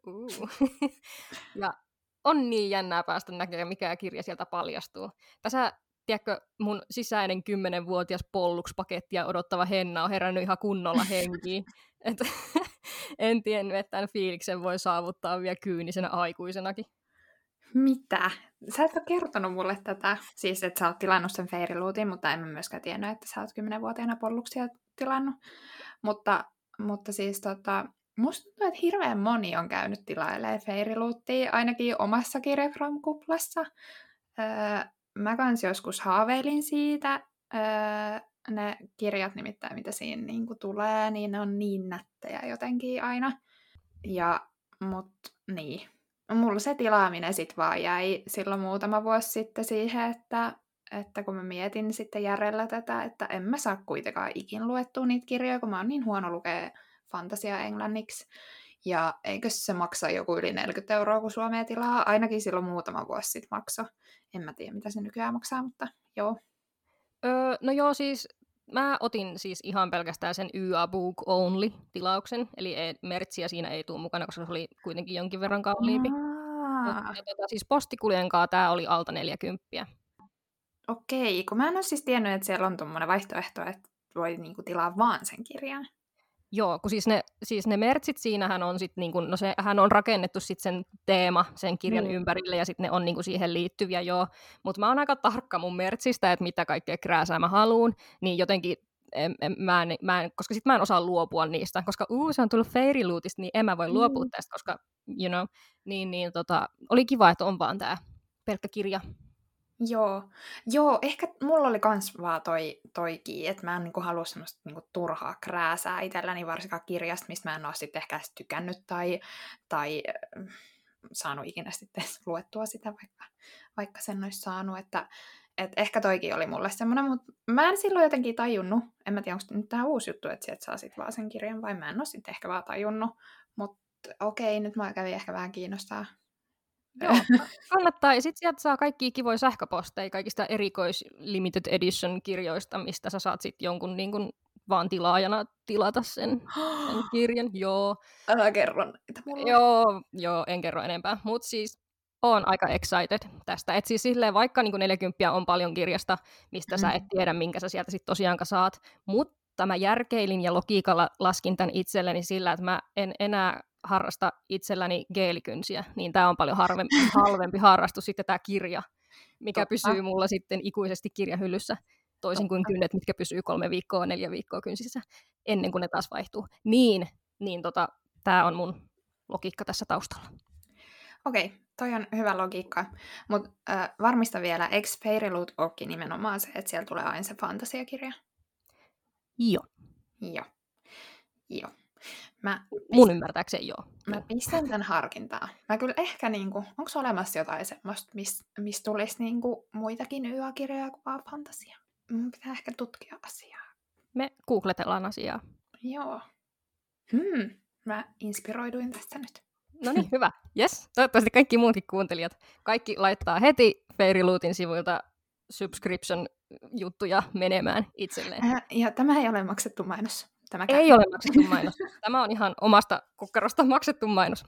Ja on niin jännää päästä näkemään, mikä kirja sieltä paljastuu. Tässä, tiedätkö, mun sisäinen 10-vuotias Pollux-pakettia odottava Henna on herännyt ihan kunnolla henkiin. En tiennyt, että tämän fiiliksen voi saavuttaa vielä kyynisenä aikuisenakin. Mitä? Sä et ole kertonut mulle tätä. Siis, että sä oot tilannut sen Fairy Lootin, mutta en myöskään tiennyt, että sä oot 10-vuotiaana Polluksia tilannut. Mutta siis musta tuntuu, että hirveän moni on käynyt tilailemaan Fairy Lootia, ainakin omassa kirjafram-kuplassa. Mä kans joskus haaveilin siitä. Ne kirjat nimittäin, mitä siinä niinku tulee, niin ne on niin nättejä jotenkin aina. Mut niin. Mulla se tilaaminen sit vaan jäi silloin muutama vuosi sitten siihen, että kun mä mietin sitten järjellä tätä, että en mä saa kuitenkaan ikin luettua niitä kirjoja, kun mä oon niin huono lukea fantasiaa englanniksi. Ja eikö se maksa joku yli 40 €, kun Suomea tilaa? Ainakin silloin muutama vuosi sitten maksoi. En mä tiedä, mitä se nykyään maksaa, mutta joo. No joo, siis mä otin siis ihan pelkästään sen YA Book Only-tilauksen, eli mertsiä siinä ei tule mukana, koska se oli kuitenkin jonkin verran kalliimpi. Mutta siis postikuljen kanssa tää oli alta 40. Okei, kun mä en ole siis tiennyt, että siellä on tommoinen vaihtoehto, että voi niinku tilaa vaan sen kirjan. Joo, kun siis ne mertsit siinähän on sit niinku, no sehän on rakennettu sit sen teema sen kirjan ympärille ja sitten ne on niinku siihen liittyviä joo, mutta mä oon aika tarkka mun mertsistä, että mitä kaikkea krääsää mä haluun, niin jotenkin koska sit mä en osaa luopua niistä, koska se on tullut Fairylootista, niin en mä voi luopua tästä, koska, oli kiva, että on vaan tää pelkkä kirja. Joo, ehkä mulla oli kans vaan toikin, että mä en niinku halua semmoista niinku turhaa krääsää itselläni, varsinkaan kirjasta, mistä mä en oo sitten ehkä tykännyt tai saanut ikinä sitten luettua sitä, vaikka sen olisi saanut, että ehkä toikin oli mulle semmoinen, mutta mä en silloin jotenkin tajunnut, en mä tiedä, onko nyt tää uusi juttu, että sieltä saa sit vaan sen kirjan, vai mä en oo sitten ehkä vaan tajunnut, mutta okei, nyt mä kävin ehkä vähän kiinnostaa. Joo, kannattaa. Ja sitten sieltä saa kaikkia kivoja sähköposteja kaikista erikois limited edition kirjoista, mistä sä saat sitten jonkun niin kun, vaan tilaajana tilata sen kirjan. Joo. Älä kerro niitä mulle. Joo, en kerro enempää. Mutta siis oon aika excited tästä. Et siis silleen, vaikka niin 40 on paljon kirjasta, mistä sä et tiedä, minkä sä sieltä sitten tosiaankaan saat, mutta mä järkeilin ja logiikalla laskin tämän itselleni sillä, että mä en enää harrasta itselläni geelikynsiä, niin tää on paljon halvempi harrastus sitten tää kirja, mikä pysyy mulla sitten ikuisesti kirjahyllyssä, toisin kuin kynnet, mitkä pysyy 3 viikkoa, 4 viikkoa kynsissä, ennen kuin ne taas vaihtuu. Tää on mun logiikka tässä taustalla. Okei, toi on hyvä logiikka, mutta varmista vielä, eikö Fairyloot olekin nimenomaan se, että siellä tulee aina se fantasiakirja? Joo. Mun ymmärtääkseni joo. Mä pistän tämän harkintaa. Mä kyllä ehkä, onko olemassa jotain semmoista, missä tulisi muitakin YA-kirjoja kuin vaan fantasia? Mun pitää ehkä tutkia asiaa. Me googletellaan asiaa. Joo. Mä inspiroiduin tästä nyt. No niin, hyvä. Yes. Toivottavasti kaikki muutkin kuuntelijat. Kaikki laittaa heti Fairylootin sivuilta subscription-juttuja menemään itselleen. Ja tämä ei ole maksettu mainos. Ei ole maksettu mainos. Tämä on ihan omasta kukkarosta maksettu mainos.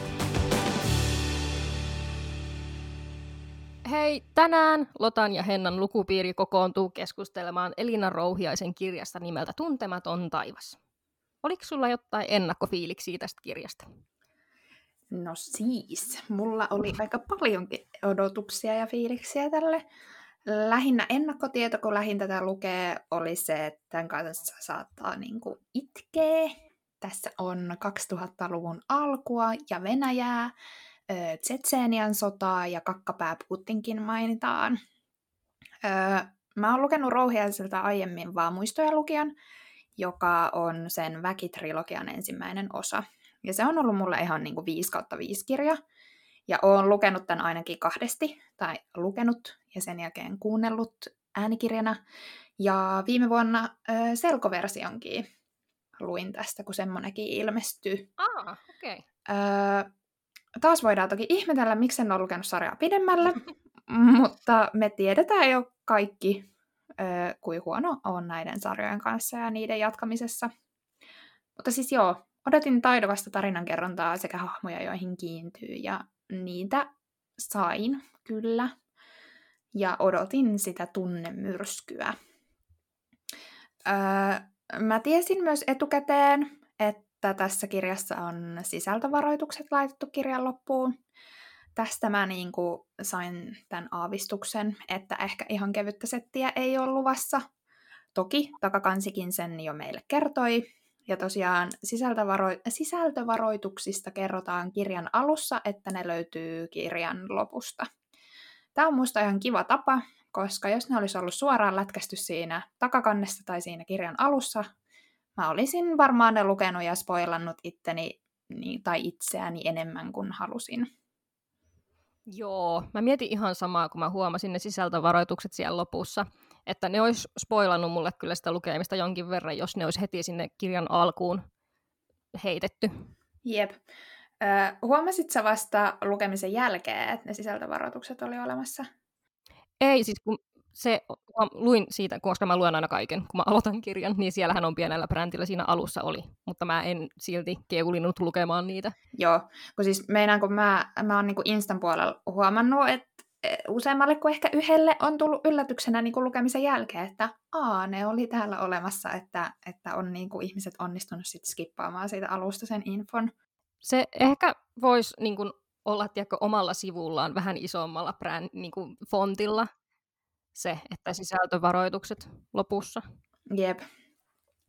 Hei, tänään Lotan ja Hennan lukupiiri kokoontuu keskustelemaan Elina Rouhiaisen kirjasta nimeltä Tuntematon taivas. Oliko sulla jotain ennakkofiiliksiä tästä kirjasta? No siis, mulla oli aika paljonkin odotuksia ja fiiliksiä tälle. Lähinnä ennakkotieto, kun lähin tätä lukee, oli se, että tämän kanssa saattaa itkeä. Tässä on 2000-luvun alkua ja Venäjää, Tsetseenian sotaa ja kakkapää Putinkin mainitaan. Mä oon lukenut Rouhiaiselta aiemmin vaan Muistoja lukijan, joka on sen Väki-trilogian ensimmäinen osa. Ja se on ollut mulle ihan 5/5 kirja. Ja oon lukenut tämän ainakin 2, tai lukenut ja sen jälkeen kuunnellut äänikirjana. Ja viime vuonna selkoversionkin luin tästä, kun semmonenkin ilmestyi. Okei. Taas voidaan toki ihmetellä, miksi en ole lukenut sarjaa pidemmälle, mutta me tiedetään jo kaikki, kuin huono on näiden sarjojen kanssa ja niiden jatkamisessa. Mutta siis joo, odotin taidokasta tarinankerrontaa sekä hahmoja, joihin kiintyy, ja niitä sain kyllä. Ja odotin sitä tunnemyrskyä. Mä tiesin myös etukäteen, että tässä kirjassa on sisältövaroitukset laitettu kirjan loppuun. Tästä mä sain tämän aavistuksen, että ehkä ihan kevyttä settiä ei ole luvassa. Toki takakansikin sen jo meille kertoi. Ja tosiaan sisältövaroituksista kerrotaan kirjan alussa, että ne löytyy kirjan lopusta. Tämä on musta ihan kiva tapa, koska jos ne olisi ollut suoraan lätkästy siinä takakannessa tai siinä kirjan alussa, mä olisin varmaan ne lukenut ja spoilannut itteni tai itseäni enemmän kuin halusin. Joo, mä mietin ihan samaa, kun mä huomasin ne sisältövaroitukset siellä lopussa, että ne olisi spoilannut mulle kyllä sitä lukemista jonkin verran, jos ne olisi heti sinne kirjan alkuun heitetty. Jep. Huomasit sä vasta lukemisen jälkeen, että ne sisältövaroitukset oli olemassa? Ei, siis kun luin siitä, koska mä luen aina kaiken, kun mä aloitan kirjan, niin siellähän on pienellä brändillä siinä alussa oli, mutta mä en silti keulinut lukemaan niitä. Joo, kun siis kun mä oon Instan puolella huomannut, että useammalle kuin ehkä yhdelle on tullut yllätyksenä lukemisen jälkeen, että ne oli täällä olemassa, että on ihmiset onnistunut sitten skippaamaan siitä alusta sen infon. Se ehkä voisi olla omalla sivullaan vähän isommalla fontilla se, että sisältövaroitukset lopussa. Jep.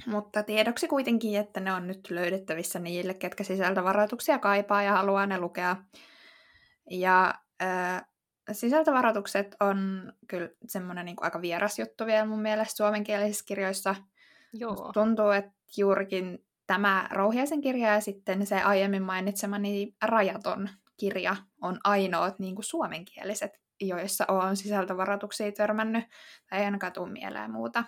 Mutta tiedoksi kuitenkin, että ne on nyt löydettävissä niille, ketkä sisältövaroituksia kaipaa ja haluaa ne lukea. Ja sisältövaroitukset on kyllä semmoinen niin kuin aika vieras juttu vielä mun mielestä suomenkielisissä kirjoissa. Musta tuntuu, että juurikin tämä Rouhiaisen kirja ja sitten se aiemmin mainitsemani Rajaton kirja on ainoat niin kuin suomenkieliset, joissa on sisältövaroituksia törmännyt, tai ei ainakaan tule mieleen muuta.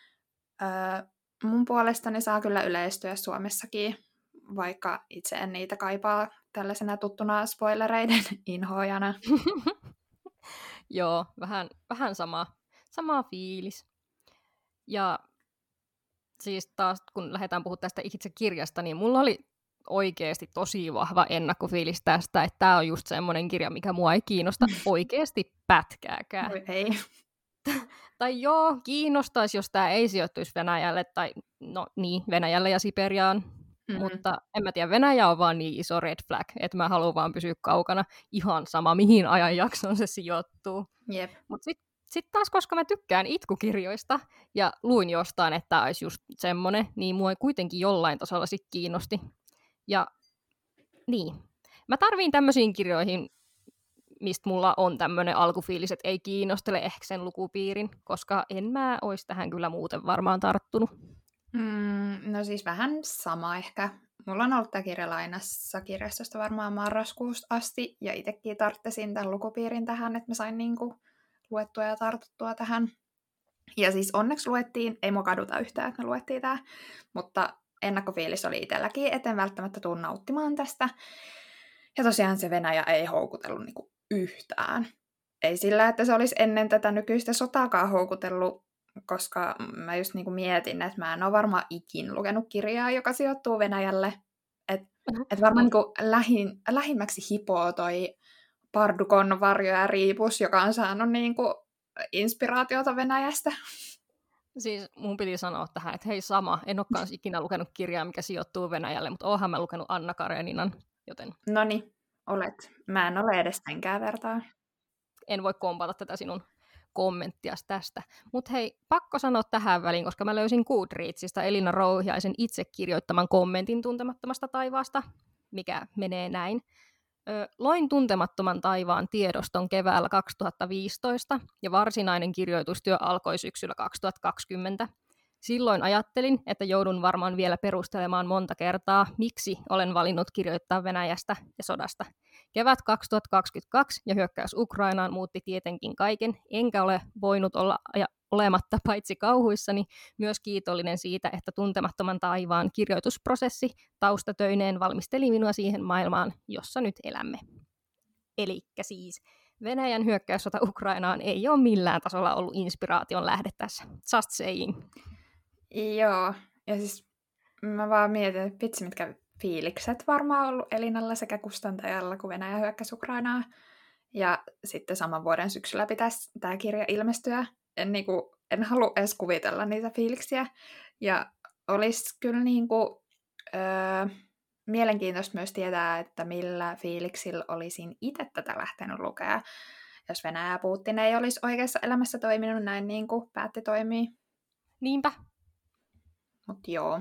Mun puolestani saa kyllä yleistyä Suomessakin, vaikka itse en niitä kaipaa tällaisena tuttuna spoilereiden inhoajana. Joo, vähän sama fiilis. Ja siis taas kun lähdetään puhumaan tästä itse kirjasta, niin mulla oli oikeasti tosi vahva ennakkofiilis tästä, että tämä on just semmoinen kirja, mikä mua ei kiinnosta oikeasti pätkääkään. Oi ei. Tai joo, kiinnostaisi, jos tämä ei sijoittuisi Venäjälle, tai no niin, Venäjälle ja Siperiaan. Mutta en mä tiedä, Venäjä on vaan niin iso red flag, että mä haluan vaan pysyä kaukana. Ihan sama, mihin ajanjaksoon se sijoittuu. Jep. Mutta sitten taas, koska mä tykkään itkukirjoista ja luin jostain, että olisi just semmoinen, niin mua kuitenkin jollain tasolla sit kiinnosti. Ja niin, mä tarviin tämmöisiin kirjoihin, mistä mulla on tämmöinen alkufiilis, että ei kiinnostele ehkä sen lukupiirin, koska en mä olisi tähän kyllä muuten varmaan tarttunut. No siis vähän sama ehkä. Mulla on ollut tämä kirja lainassa kirjastosta varmaan marraskuusta asti, ja itsekin tarttesin tämän lukupiirin tähän, että mä sain niinku luettua ja tartuttua tähän. Ja siis onneksi luettiin, ei mua kaduta yhtään, että me luettiin tämä, mutta ennakkofiilis oli itselläkin, etten välttämättä tule nauttimaan tästä. Ja tosiaan se Venäjä ei houkutellut niinku yhtään. Ei sillä, että se olisi ennen tätä nykyistä sotaakaan houkutellut, koska mä just niinku mietin, että mä en ole varmaan ikin lukenut kirjaa, joka sijoittuu Venäjälle. Et varmaan niinku lähimmäksi hipoo toi Pardukon Varjo ja Riipus, joka on saanut niinku inspiraatiota Venäjästä. Siis mun piti sanoa tähän, että hei sama, en olekaan ikinä lukenut kirjaa, mikä sijoittuu Venäjälle, mutta oonhan mä lukenut Anna Kareninan, joten... Noniin, olet. Mä en ole edes tänkään vertaa. En voi kompata tätä sinun kommenttias tästä. Mutta hei, pakko sanoa tähän väliin, koska mä löysin Goodreadsista Elina Rouhiaisen itse kirjoittaman kommentin Tuntemattomasta taivaasta, mikä menee näin. Loin Tuntemattoman taivaan tiedoston keväällä 2015 ja varsinainen kirjoitustyö alkoi syksyllä 2020. Silloin ajattelin, että joudun varmaan vielä perustelemaan monta kertaa, miksi olen valinnut kirjoittaa Venäjästä ja sodasta. Kevät 2022 ja hyökkäys Ukrainaan muutti tietenkin kaiken, enkä ole voinut olla olematta paitsi kauhuissani, myös kiitollinen siitä, että Tuntemattoman taivaan kirjoitusprosessi taustatöineen valmisteli minua siihen maailmaan, jossa nyt elämme. Elikkä siis Venäjän hyökkäyssota Ukrainaan ei ole millään tasolla ollut inspiraation lähde tässä. Just saying. Joo, ja siis mä vaan mietin, että vitsi mitkä fiilikset varmaan ollut Elinalla sekä kustantajalla, kun Venäjä hyökkäsi Ukrainaa. Ja sitten saman vuoden syksyllä pitäisi tämä kirja ilmestyä. En halua edes kuvitella niitä fiiliksiä. Ja olisi kyllä mielenkiintoista myös tietää, että millä fiiliksillä olisin itse tätä lähtenyt lukea, jos Venäjä ja Putin ei olisi oikeassa elämässä toiminut näin niin kuin päätti toimia. Niinpä. Mutta joo.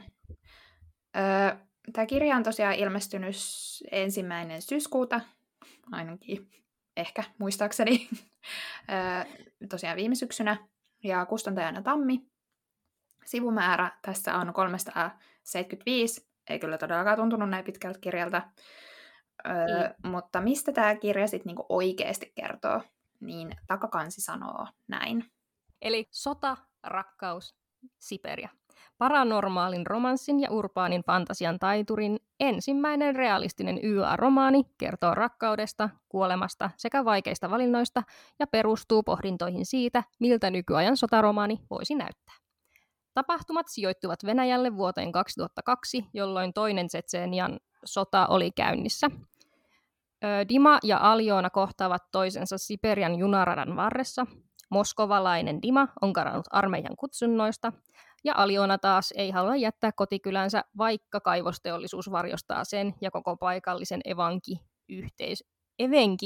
Tämä kirja on tosiaan ilmestynyt 1. syyskuuta, ainakin ehkä muistaakseni, tosiaan viime syksynä, ja kustantajana Tammi. Sivumäärä tässä on 375, ei kyllä todellakaan tuntunut näin pitkältä kirjalta. Mutta mistä tämä kirja sitten niinku oikeasti kertoo, niin takakansi sanoo näin. Eli sota, rakkaus, Siperia. Paranormaalin romanssin ja urbaanin fantasian taiturin ensimmäinen realistinen YA-romaani kertoo rakkaudesta, kuolemasta sekä vaikeista valinnoista ja perustuu pohdintoihin siitä, miltä nykyajan sotaromaani voisi näyttää. Tapahtumat sijoittuvat Venäjälle vuoteen 2002, jolloin toinen Tšetšenian sota oli käynnissä. Dima ja Aljona kohtaavat toisensa Siperian junaradan varressa. Moskovalainen Dima on karannut armeijan kutsunnoista, ja Aljona taas ei halua jättää kotikylänsä, vaikka kaivosteollisuus varjostaa sen ja koko paikallisen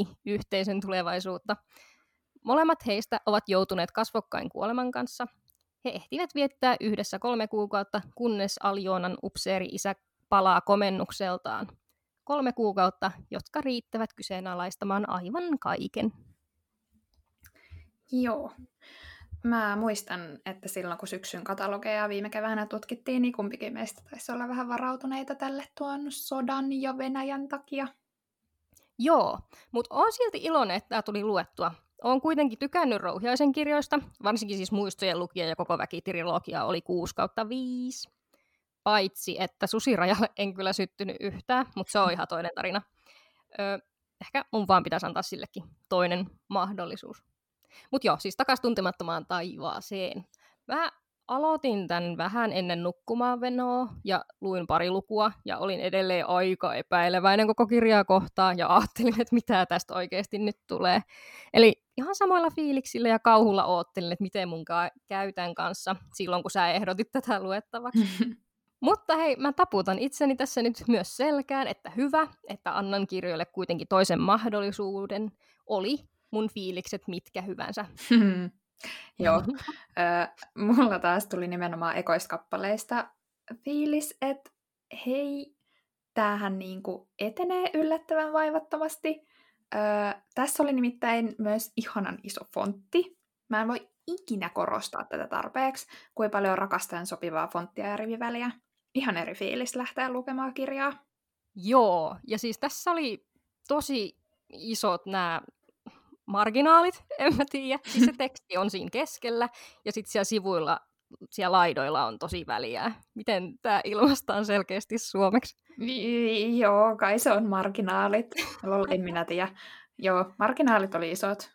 evenki-yhteisön tulevaisuutta. Molemmat heistä ovat joutuneet kasvokkain kuoleman kanssa. He ehtivät viettää yhdessä 3 kuukautta, kunnes Aljonan upseeri-isä palaa komennukseltaan. 3 kuukautta, jotka riittävät kyseenalaistamaan aivan kaiken. Joo. Mä muistan, että silloin kun syksyn katalogeja viime keväänä tutkittiin, niin kumpikin meistä taisi olla vähän varautuneita tälle tuon sodan ja Venäjän takia. Joo, mutta oon silti iloinen, että tämä tuli luettua. Oon kuitenkin tykännyt Rouhiaisen kirjoista, varsinkin siis Muistojen lukija ja koko väkitrilogia oli 6/5. Paitsi, että Susirajalle en kyllä syttynyt yhtään, mutta se on ihan toinen tarina. Ehkä mun vaan pitäisi antaa sillekin toinen mahdollisuus. Mutta joo, siis takas Tuntemattomaan taivaaseen. Mä aloitin tämän vähän ennen nukkumaan venoa ja luin pari lukua ja olin edelleen aika epäileväinen koko kirjaa kohtaan ja ajattelin, että mitä tästä oikeasti nyt tulee. Eli ihan samoilla fiiliksillä ja kauhulla oottelin, että miten mun käytän kanssa silloin, kun sä ehdotit tätä luettavaksi. Mutta hei, mä taputan itseni tässä nyt myös selkään, että hyvä, että annan kirjoille kuitenkin toisen mahdollisuuden. Oli mun fiilikset mitkä hyvänsä. Joo. Mulla taas tuli nimenomaan ekoiskappaleista fiilis, että hei, tämähän niinku etenee yllättävän vaivattomasti. Tässä oli nimittäin myös ihanan iso fontti. Mä en voi ikinä korostaa tätä tarpeeksi, kuinka paljon rakastan sopivaa fonttia ja riviväliä. Ihan eri fiilis lähteä lukemaan kirjaa. Joo, ja siis tässä oli tosi isot nämä marginaalit, en mä tiedä. Siis se teksti on siinä keskellä, ja sitten siellä sivuilla, siellä laidoilla on tosi väliä. Miten tämä ilmaistaan selkeästi suomeksi? Joo, kai se on marginaalit. En minä tiedä. Joo, marginaalit oli isot.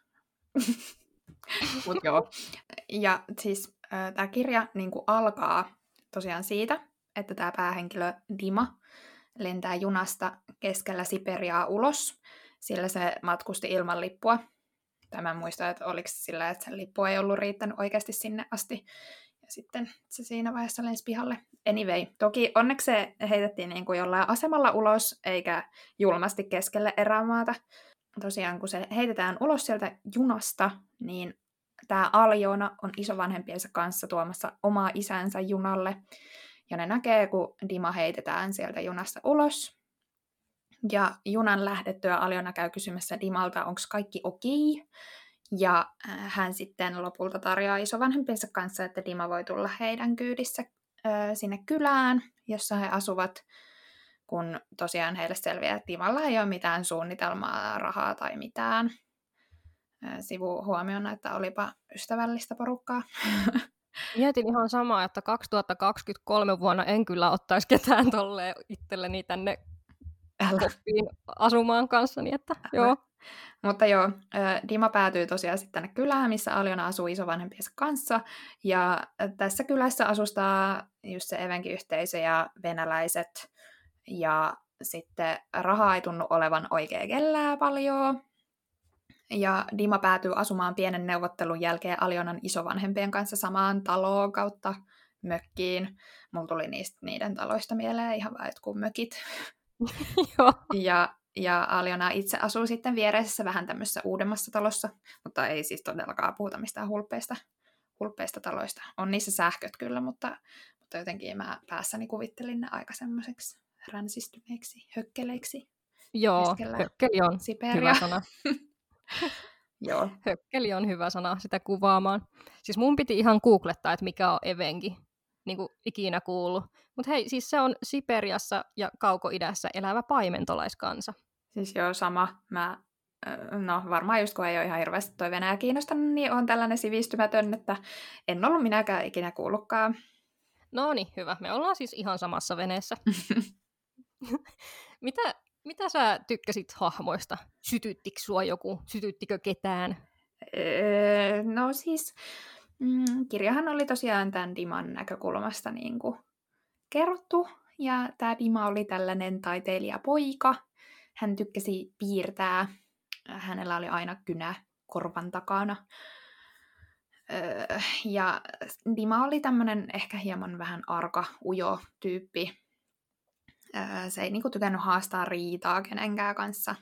Mut joo. Ja siis tämä kirja niinku alkaa tosiaan siitä, että tämä päähenkilö Dima lentää junasta keskellä Siperiaa ulos, sillä se matkusti ilman lippua. Mä muistan, että oliko sillä, että se lippu ei ollut riittänyt oikeasti sinne asti. Ja sitten se siinä vaiheessa lensi pihalle. Anyway, toki onneksi se heitettiin niin kuin jollain asemalla ulos, eikä julmasti keskelle erämaata. Tosiaan, kun se heitetään ulos sieltä junasta, niin tämä Aljona on isovanhempiensa kanssa tuomassa omaa isänsä junalle. Ja ne näkee, kun Dima heitetään sieltä junasta ulos. Ja junan lähdettyä Aljona käy kysymässä Dimalta, onko kaikki okei. Ja hän sitten lopulta tarjoaa isovanhempiensa kanssa, että Dima voi tulla heidän kyydissä sinne kylään, jossa he asuvat, kun tosiaan heille selviää, että Dimalla ei ole mitään suunnitelmaa, rahaa tai mitään. Sivuhuomiona, että olipa ystävällistä porukkaa. Mietin ihan samaa, että 2023 vuonna en kyllä ottaisi ketään tolleen itselleni tänne koppiin asumaan kanssani, että joo. Mutta joo, Dima päätyy tosiaan sitten tänne kylään, missä Aljona asuu isovanhempiensa kanssa. Ja tässä kylässä asustaa just se evenki-yhteisö ja venäläiset. Ja sitten rahaa ei tunnu olevan oikein kellään paljon. Ja Dima päätyy asumaan pienen neuvottelun jälkeen Aljonan isovanhempien kanssa samaan taloon kautta mökkiin. Mulla tuli niiden taloista mieleen ihan vaan jotkut mökit. Ja Aljona itse asuu sitten viereisessä vähän tämmöisessä uudemmassa talossa, mutta ei siis todellakaan puhuta mistään hulppeista taloista. On niissä sähköt kyllä, mutta jotenkin mä päässäni kuvittelin ne aika semmoiseksi ränsistyneiksi hökkeleiksi. Joo, hökkeli on Siperia. hyvä sana. Joo. Hökkeli on hyvä sana sitä kuvaamaan. Siis mun piti ihan googlettaa, että mikä on evenki. Niin kuin ikinä kuullut. Mutta hei, siis se on Siperiassa ja Kaukoidässä elävä paimentolaiskansa. Siis joo, sama. No varmaan just kun ei ole ihan hirveästi toi Venäjä kiinnostanut, niin on tällainen sivistymätön, että en ollut minäkään ikinä kuullutkaan. No niin, hyvä. Me ollaan siis ihan samassa veneessä. Mitä sä tykkäsit hahmoista? Sytyttikö sua joku? Sytyttikö ketään? No siis, kirjahan oli tosiaan tämän Diman näkökulmasta niin kuin kerrottu. Ja tämä Dima oli tällainen taiteilijapoika. Hän tykkäsi piirtää. Hänellä oli aina kynä korvan takana. Ja Dima oli tämmöinen ehkä hieman vähän arka, ujo tyyppi. Se ei niinku tykännyt haastaa riitaa kenenkään kanssa.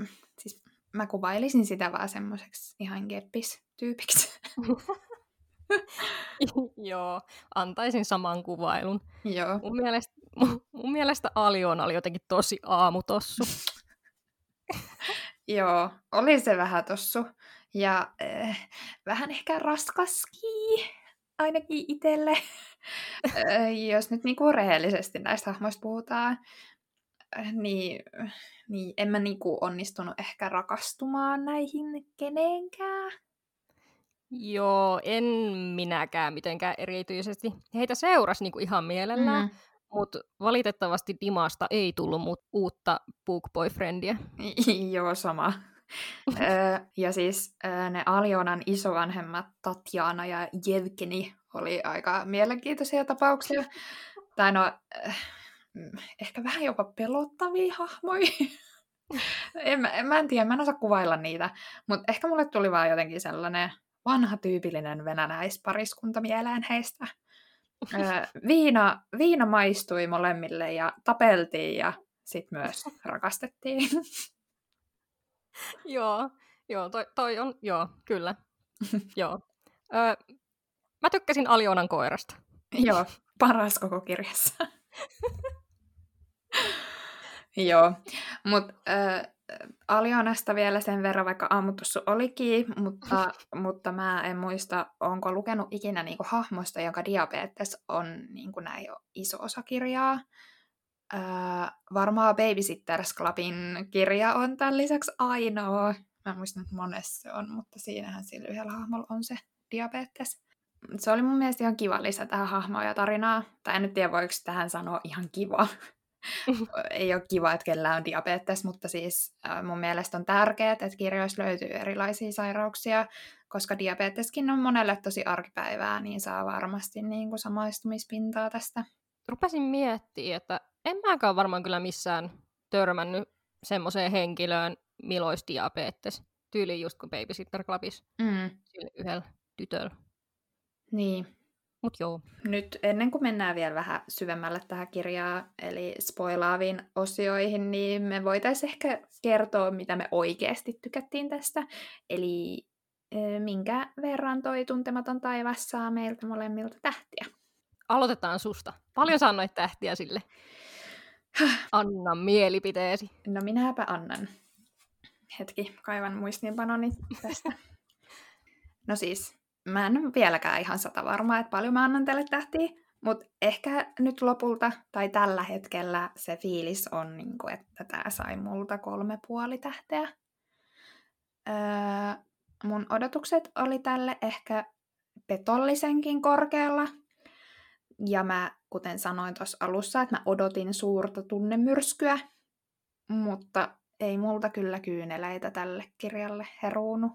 Siis mä kuvailisin sitä vaan semmoiseksi ihan keppis-tyypiksi. Joo, antaisin saman kuvailun. Joo. Mun mielestä Aliona oli jotenkin tosi aamutossu. Joo, oli se vähän tossu. Ja vähän ehkä raskaskin, ainakin itselle. Jos nyt niinku rehellisesti näistä hahmoista puhutaan, niin en mä niinku onnistunut ehkä rakastumaan näihin kenenkään. Joo, en minäkään mitenkään erityisesti. Heitä seurasi niinku ihan mielellään, mutta valitettavasti Dimasta ei tullut uutta book boyfriendia. Joo, sama. Ja siis ne Aljonan isovanhemmat Tatjana ja Jevgeni oli aika mielenkiintoisia tapauksia. Tai no, ehkä vähän jopa pelottavia hahmoja. Mä en tiedä, mä en osaa kuvailla niitä. Mutta ehkä mulle tuli vaan jotenkin sellainen vanha tyypillinen venäläispariskunta mieleen heistä. Viina maistui molemmille ja tapeltiin ja sit myös rakastettiin. Joo, toi on, joo, kyllä. Joo. Mä tykkäsin Aljonan koirasta. Joo, paras koko kirjassa. Joo, mutta Aljonasta vielä sen verran, vaikka aamutossu olikin, mutta mä en muista, onko lukenut ikinä niinku hahmosta, jonka diabetes on niinku näin iso osa kirjaa. Varmaan Babysitters Clubin kirja on tämän lisäksi ainoa. Mä en muista nyt monessa se on, mutta siinähän sillä yhdellä hahmolla on se diabetes. Se oli mun mielestä ihan kiva lisä tähän hahmoa ja tarinaa. Tai en nyt tiedä, voiko tähän sanoa ihan kiva. Ei ole kiva, että kellään on diabetes, mutta siis mun mielestä on tärkeää, että kirjoissa löytyy erilaisia sairauksia, koska diabeteskin on monelle tosi arkipäivää, niin saa varmasti niin kuin samaistumispintaa tästä. Rupesin miettimään, että en mäkään varmaan kyllä missään törmännyt semmoiseen henkilöön, millä olisi diabetes. Tyyliin just kuin Babysitter Clubissa. Sillä yhdellä tytöllä. Niin. Mut joo. Nyt ennen kuin mennään vielä vähän syvemmälle tähän kirjaan, eli spoilaaviin osioihin, niin me voitaisiin ehkä kertoa, mitä me oikeasti tykättiin tästä. Eli minkä verran toi Tuntematon taivas saa meiltä molemmilta tähtiä. Aloitetaan susta. Paljon sä annoit tähtiä sille? Anna mielipiteesi. No minäpä annan. Hetki, kaivan muistiinpanoni tästä. No siis, mä en ole vieläkään ihan 100 varma, että paljon mä annan teille tähtiä, mutta ehkä nyt lopulta tai tällä hetkellä se fiilis on, että tää sai multa 3,5 tähteä. Mun odotukset oli tälle ehkä petollisenkin korkealla. Ja mä, kuten sanoin tuossa alussa, että mä odotin suurta tunnemyrskyä, mutta ei multa kyllä kyyneleitä tälle kirjalle heruunut.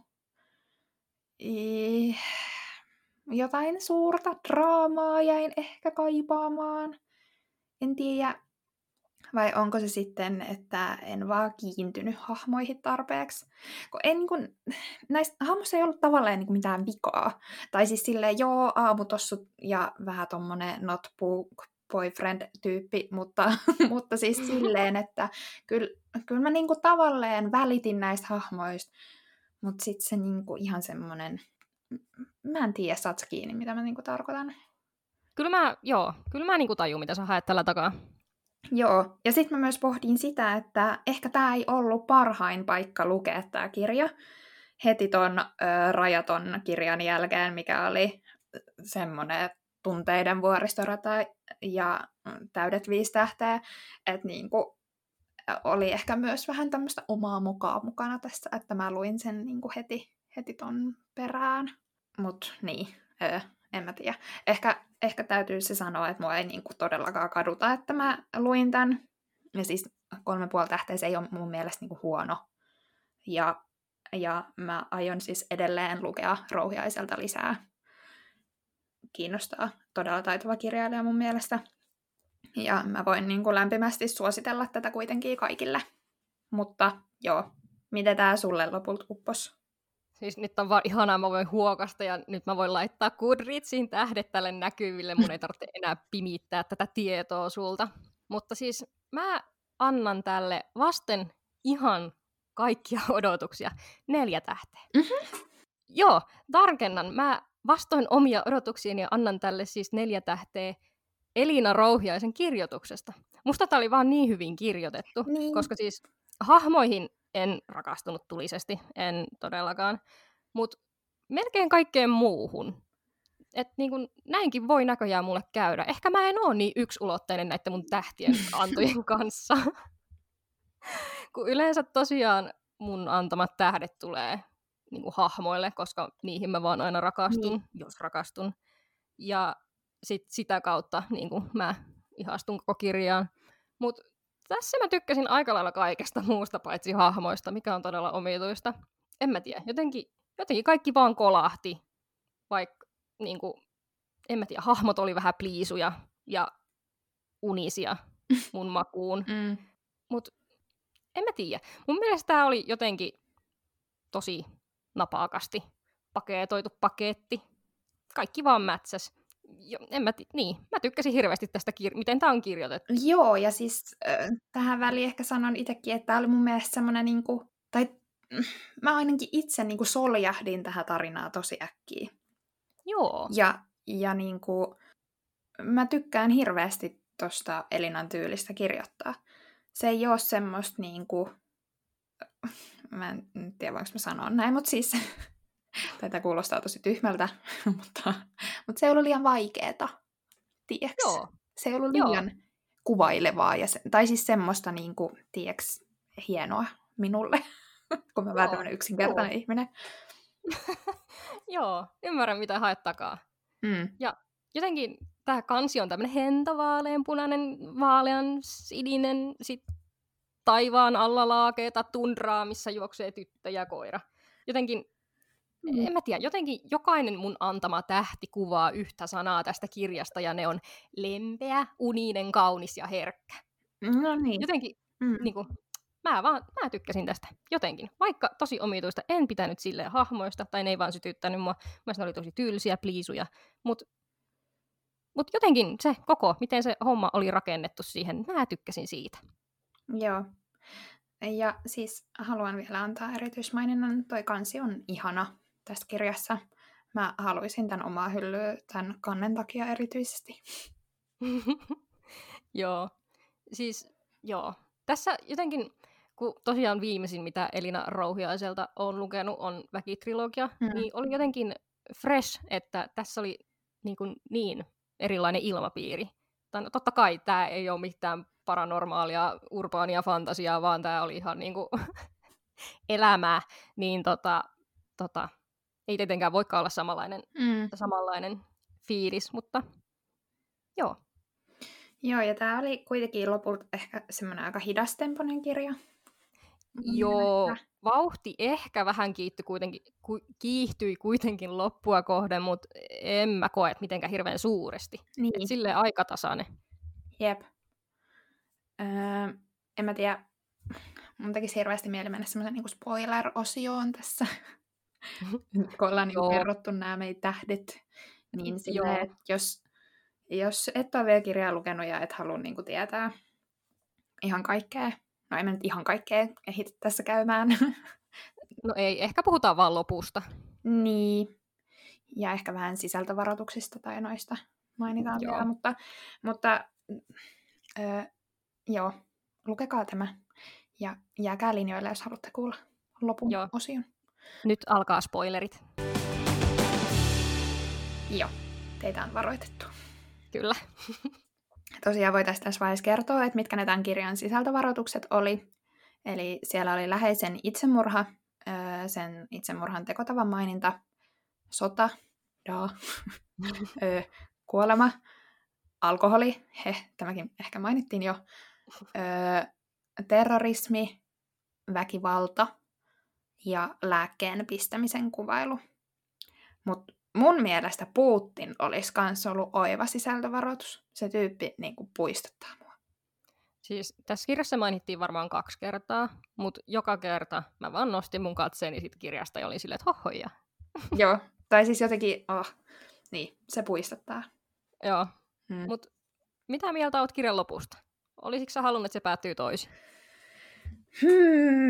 Jotain suurta draamaa jäin ehkä kaipaamaan. En tiedä, vai onko se sitten, että en vaan kiintynyt hahmoihin tarpeeksi. Kun ei, niin kuin, näistä hahmoissa ei ollut tavallaan niin kuin mitään vikaa. Tai siis silleen, joo, aamutossut ja vähän tommonen not boyfriend-tyyppi, mutta siis silleen, että kyllä mä niin kuin tavalleen välitin näistä hahmoista. Mutta sitten se niinku ihan semmonen, mä en tiedä, saat sä kiinni, mitä mä niinku tarkoitan. Kyllä mä niinku tajun, mitä sä haet tällä takaa. Joo, ja sitten mä myös pohdin sitä, että ehkä tää ei ollut parhain paikka lukea tää kirja heti ton Rajaton kirjan jälkeen, mikä oli semmonen tunteiden vuoristorata ja täydet 5 tähteä, että niinku oli ehkä myös vähän tämmöistä omaa mokaa mukana tässä, että mä luin sen niinku heti ton perään. Mut niin, en mä tiedä. Ehkä täytyy se sanoa, että mua ei niinku todellakaan kaduta, että mä luin tän. Ja siis 3,5 tähteä se ei ole mun mielestä niinku huono. Ja mä aion siis edelleen lukea Rouhiaiselta lisää. Kiinnostaa, todella taitava kirjailija mun mielestä. Ja mä voin niin kuin lämpimästi suositella tätä kuitenkin kaikille. Mutta joo, miten tää sulle lopulta uppos? Siis nyt on vaan ihanaa, mä voin huokasta ja nyt mä voin laittaa Goodreadsin tähdet tälle näkyville. Mun ei tarvitse enää pimittää tätä tietoa sulta. Mutta siis mä annan tälle vasten ihan kaikkia odotuksia 4 tähteä. Mm-hmm. Joo, tarkennan. Mä vastoin omia odotuksiani annan tälle siis 4 tähteä Elina Rouhiaisen kirjoituksesta. Musta tää oli vaan niin hyvin kirjoitettu, Niin. koska siis hahmoihin en rakastunut tulisesti, en todellakaan, mutta melkein kaikkeen muuhun. Et niin kun, näinkin voi näköjään mulle käydä. Ehkä mä en oo niin yksulotteinen näiden mun tähtien antojen kanssa. Kun yleensä tosiaan mun antamat tähdet tulee niin kuin hahmoille, koska niihin mä vaan aina rakastun, jos rakastun. Ja sitä kautta niin kuin mä ihastun koko kirjaan. Mutta tässä mä tykkäsin aika lailla kaikesta muusta paitsi hahmoista, mikä on todella omituista. En mä tiedä, jotenkin kaikki vaan kolahti, vaikka niin kuin, en mä tiedä, hahmot oli vähän pliisuja ja unisia mun makuun. Mut en mä tiedä. Mun mielestä tää oli jotenkin tosi napakasti paketoitu paketti. Kaikki vaan mätsäs. Mä tykkäsin hirveästi tästä, miten tää on kirjoitettu. Joo, ja siis tähän väliin ehkä sanon itsekin, että tää oli mun mielestä semmoinen niinku, tai mä ainakin itse niinku soljahdin tähän tarinaan tosi äkkiä. Joo. Ja niinku, mä tykkään hirveästi tosta Elinan tyylistä kirjoittaa. Se ei oo semmoista niinku, mä en tiedä voinko mä sanoa näin, mutta siis tätä kuulostaa tosi tyhmältä, mutta se ei ollut liian vaikeeta, tiiäks? Joo. Se ei ollut liian kuvailevaa, tai siis semmoista niinku, tiiäks, hienoa minulle, kun mä vähän tämmönen yksinkertainen ihminen. Joo, ymmärrän mitä haet takaa. Ja jotenkin tää kansi on tämmönen hentavaaleanpunainen, vaalean sininen, sit taivaan alla laakeeta tundraa, missä juoksee tyttö ja koira. Jotenkin, en mä tiedä, jotenkin jokainen mun antama tähti kuvaa yhtä sanaa tästä kirjasta, ja ne on lempeä, uninen, kaunis ja herkkä. No niin. Jotenkin, niinku, mä tykkäsin tästä jotenkin. Vaikka tosi omituista, en pitänyt silleen hahmoista, tai ne ei vaan sytyttänyt mua. Mielestäni ne oli tosi tylsiä, pliisuja. Mut jotenkin se miten se homma oli rakennettu siihen, mä tykkäsin siitä. Joo. Ja siis haluan vielä antaa erityismaininnan. Toi kansi on ihana tässä kirjassa. Mä haluaisin tän omaa hyllyä tän kannen takia erityisesti. Joo. Siis, joo. Tässä jotenkin, kun tosiaan viimeisin, mitä Elina Rouhiaiselta on lukenut, on Väkitrilogia, niin oli jotenkin fresh, että tässä oli niin erilainen ilmapiiri. Totta kai tämä ei ole mitään paranormaalia, urbaania fantasiaa, vaan tämä oli ihan niinku elämää, niin ei tietenkään voikaan olla samanlainen fiilis, mutta joo. Joo, ja tämä oli kuitenkin lopulta ehkä semmoinen aika hidastempoinen kirja. Joo, vauhti ehkä vähän kiihtyi kuitenkin loppua kohden, mutta en mä koe, että mitenkään hirveän suuresti. Niin. Et silleen aikatasainen. Jep. En mä tiedä, mun tekisi hirveästi mieli mennä semmoisen niinku spoiler-osioon tässä. Kun ollaan niinku kerrottu nämä meidän tähdet, niin silleen, että jos et ole vielä kirjaa lukenut ja et halua niinku tietää ihan kaikkea, no en mä nyt ihan kaikkea ehitä tässä käymään. No ei, ehkä puhutaan vaan lopusta. Niin, ja ehkä vähän sisältövaroituksista tai noista mainitaan vielä, mutta joo, lukekaa tämä ja jääkää linjoille, jos haluatte kuulla lopun osion. Nyt alkaa spoilerit. Joo, teitä on varoitettu. Kyllä. Tosiaan voitaisiin tässä vaiheessa kertoa, että mitkä ne tämän kirjan sisältövaroitukset oli. Eli siellä oli läheisen itsemurha, sen itsemurhan tekotavan maininta, sota, kuolema, alkoholi, tämäkin ehkä mainittiin jo, terrorismi, väkivalta ja lääkkeen pistämisen kuvailu. Mutta mun mielestä Putin olisi kans ollut oiva sisältövaroitus. Se tyyppi niinku puistuttaa mua. Siis tässä kirjassa mainittiin varmaan 2 kertaa, mutta joka kerta mä vaan nostin mun katseeni sit kirjasta ja olin silleen, että hohoja. Joo, tai siis jotenkin, niin, se puistuttaa. Joo, mutta mitä mieltä oot kirjan lopusta? Olisitko sä halunnut, että se päättyy toisin?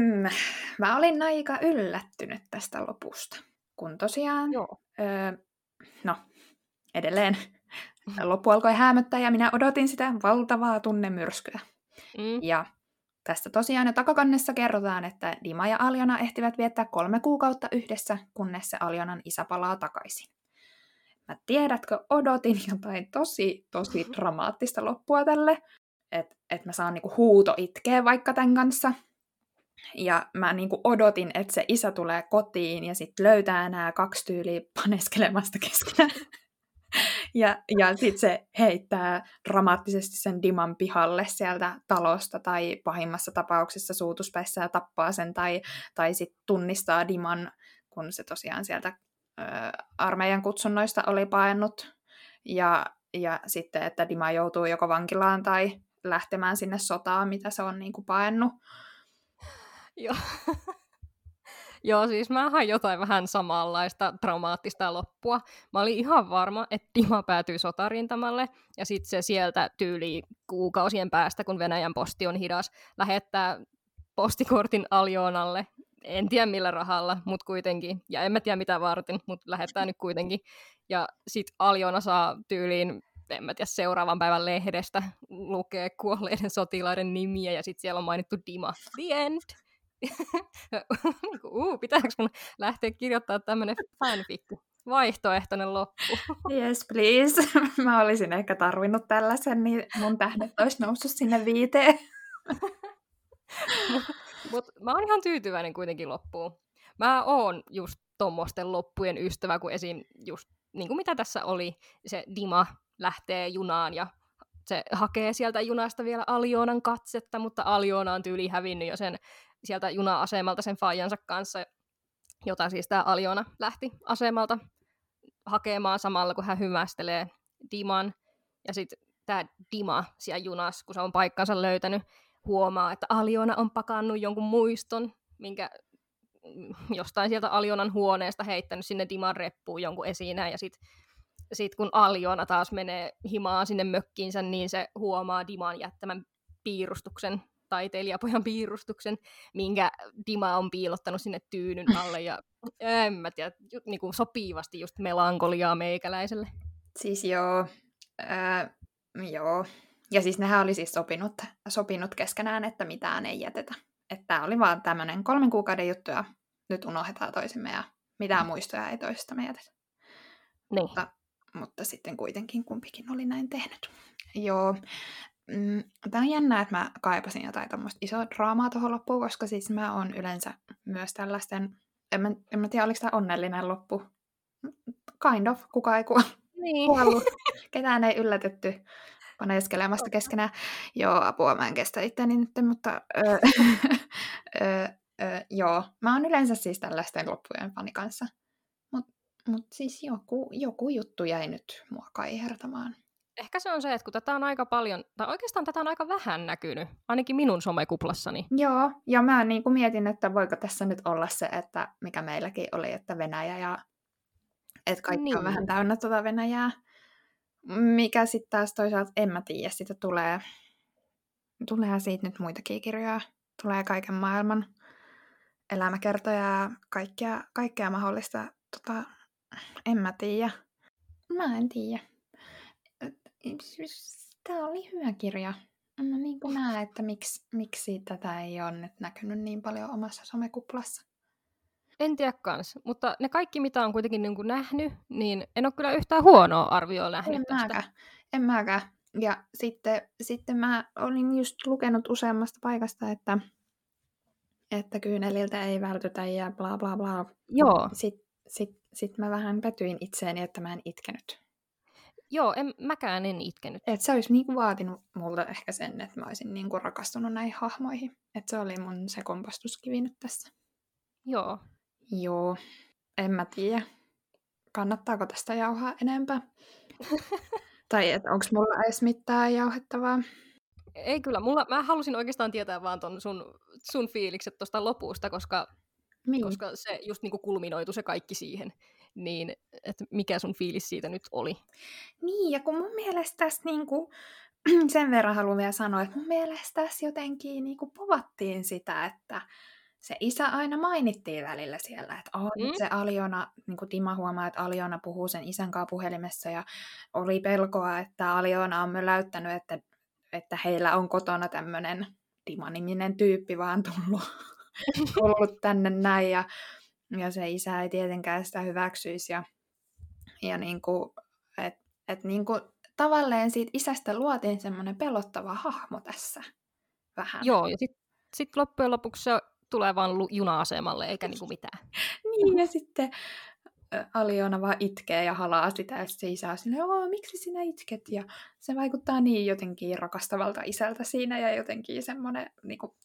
Mä olin aika yllättynyt tästä lopusta. Kun tosiaan no, edelleen loppu alkoi häämöttää ja minä odotin sitä valtavaa tunnemyrskyä. Ja tästä tosiaan jo takakannessa kerrotaan, että Dima ja Aljona ehtivät viettää 3 kuukautta yhdessä, kunnes se Aljonan isä palaa takaisin. Mä tiedätkö, odotin jotain tosi dramaattista loppua tälle, että mä saan niinku huuto itkeä vaikka tämän kanssa. Ja mä niinku odotin, että se isä tulee kotiin ja sitten löytää nämä 2 tyyliä paneskelemasta keskenään. Ja sitten se heittää dramaattisesti sen Diman pihalle sieltä talosta tai pahimmassa tapauksessa suutuspäissä ja tappaa sen tai sitten tunnistaa Diman, kun se tosiaan sieltä armeijan kutsunnoista oli paennut. Ja sitten, että Dima joutuu joko vankilaan tai lähtemään sinne sotaan, mitä se on niinku paennut. Joo, siis mä hain jotain vähän samanlaista traumaattista loppua. Mä olin ihan varma, että Dima päätyy sotarintamalle, ja sitten se sieltä tyyli kuukausien päästä, kun Venäjän posti on hidas, lähettää postikortin Aljonalle. En tiedä millä rahalla, mutta kuitenkin. Ja en mä tiedä mitä varten, mutta lähettää nyt kuitenkin. Ja sitten Aljona saa tyyliin, en mä tiedä, seuraavan päivän lehdestä lukee kuolleiden sotilaiden nimiä, ja sitten siellä on mainittu Dima. The end! Pitääkö mun lähteä kirjoittamaan tämmönen fanfikku? Vaihtoehtoinen loppu. Yes, please. Mä olisin ehkä tarvinnut tällaisen, niin mun tähdet olisi noussut sinne 5. Mut mä oon ihan tyytyväinen kuitenkin loppuun. Mä oon just tommosten loppujen ystävä, kun esim. Just niin kuin mitä tässä oli, se Dima lähtee junaan ja se hakee sieltä junasta vielä Aljonan katsetta, mutta Aljona on tyyli hävinnyt jo sen sieltä juna-asemalta sen faijansa kanssa, jota siis tämä Aljona lähti asemalta hakemaan samalla, kun hän hymästelee Diman. Ja sitten tämä Dima siellä junassa, kun se on paikkansa löytänyt, huomaa, että Aljona on pakannut jonkun muiston, minkä jostain sieltä Aljonan huoneesta heittänyt sinne Diman reppuun jonkun esineen. Ja sitten kun Aljona taas menee himaan sinne mökkiinsä, niin se huomaa Diman jättämän piirustuksen, taiteilijapojan piirustuksen, minkä Dima on piilottanut sinne tyynyn alle, ja en mä tiedä, niinku sopivasti just melankoliaa meikäläiselle. Siis joo. Ja siis nehän oli siis sopinut keskenään, että mitään ei jätetä. Että tää oli vaan tämmönen 3 kuukauden juttu, ja nyt unohdetaan toisemme, ja mitään muistoja ei toisestamme jätetä. Niin. Mutta sitten kuitenkin kumpikin oli näin tehnyt. Joo. Tämä on jännää, että mä kaipasin jotain tommoista isoa draamaa tuohon loppuun, koska siis mä oon yleensä myös tällaisten, en mä tiedä, oliko tämä onnellinen loppu. Kind of, kukaan ei kuollut. Ketään ei yllätetty paneskelemasta keskenään. Joo, apua, mä en kestä itseäni nyt, mutta joo, mä oon yleensä siis tällaisten loppujen fani kanssa. Mut siis joku juttu jäi nyt mua kaihertamaan. Ehkä se on se, että kun tätä on aika paljon, tai oikeastaan tätä on aika vähän näkynyt, ainakin minun somekuplassani. Joo, ja mä niin kuin mietin, että voiko tässä nyt olla se, että mikä meilläkin oli, että Venäjä ja että kaikki on vähän täynnä tuota Venäjää. Mikä sitten taas toisaalta, en mä tiedä, sitä tuleehan siitä nyt muitakin kirjoja, tulee kaiken maailman elämäkertoja ja kaikkea mahdollista, en mä tiedä. Mä en tiedä. Tämä oli hyvä kirja. Mä niin kuin näen, että miksi tätä ei ole nyt näkynyt niin paljon omassa somekuplassa. En tiedä kans, mutta ne kaikki, mitä on kuitenkin niin kuin nähnyt, niin en ole kyllä yhtään huonoa arvioa nähnyt tästä. En mäkään. Ja sitten mä olin just lukenut useammasta paikasta, että kyyneliltä ei vältytä ja bla bla bla. Joo. Sitten mä vähän petyin itseeni, että mä en itkenyt. Joo, mäkään en itkenyt. Et se olisi niinku vaatinut multa ehkä sen, että mä olisin niinku rakastunut näihin hahmoihin. Että se oli mun se kompastuskivi nyt tässä. Joo, en mä tiedä. Kannattaako tästä jauhaa enempää? Tai että onko mulla edes mitään jauhettavaa? Ei kyllä, mä halusin oikeastaan tietää vaan ton sun fiilikset tuosta lopusta, koska se just niinku kulminoitu se kaikki siihen. Niin, että mikä sun fiilis siitä nyt oli? Niin, ja kun mun mielestä tässä niinku, sen verran haluan vielä sanoa, että mun mielestä tässä jotenkin niinku povattiin sitä, että se isä aina mainittiin välillä siellä, että nyt se Aljona, niin kuin Tima huomaa, että Aljona puhuu sen isän kanssa puhelimessa ja oli pelkoa, että Aljona on möläyttänyt, että heillä on kotona tämmöinen Tima-niminen tyyppi vaan tullut tänne näin ja se isä ei tietenkään sitä hyväksyisi ja niin kuin, että niin kuin tavalleen siitä isästä luotiin semmoinen pelottava hahmo tässä vähän. Joo, ja sitten loppujen lopuksi se tulee vaan juna-asemalle, eikä niinku mitään. Niin, ja sitten Aljona vaan itkee ja halaa sitä, ja se isä on siinä, miksi sinä itket? Ja se vaikuttaa niin jotenkin rakastavalta isältä siinä, ja jotenkin semmoinen, niinku...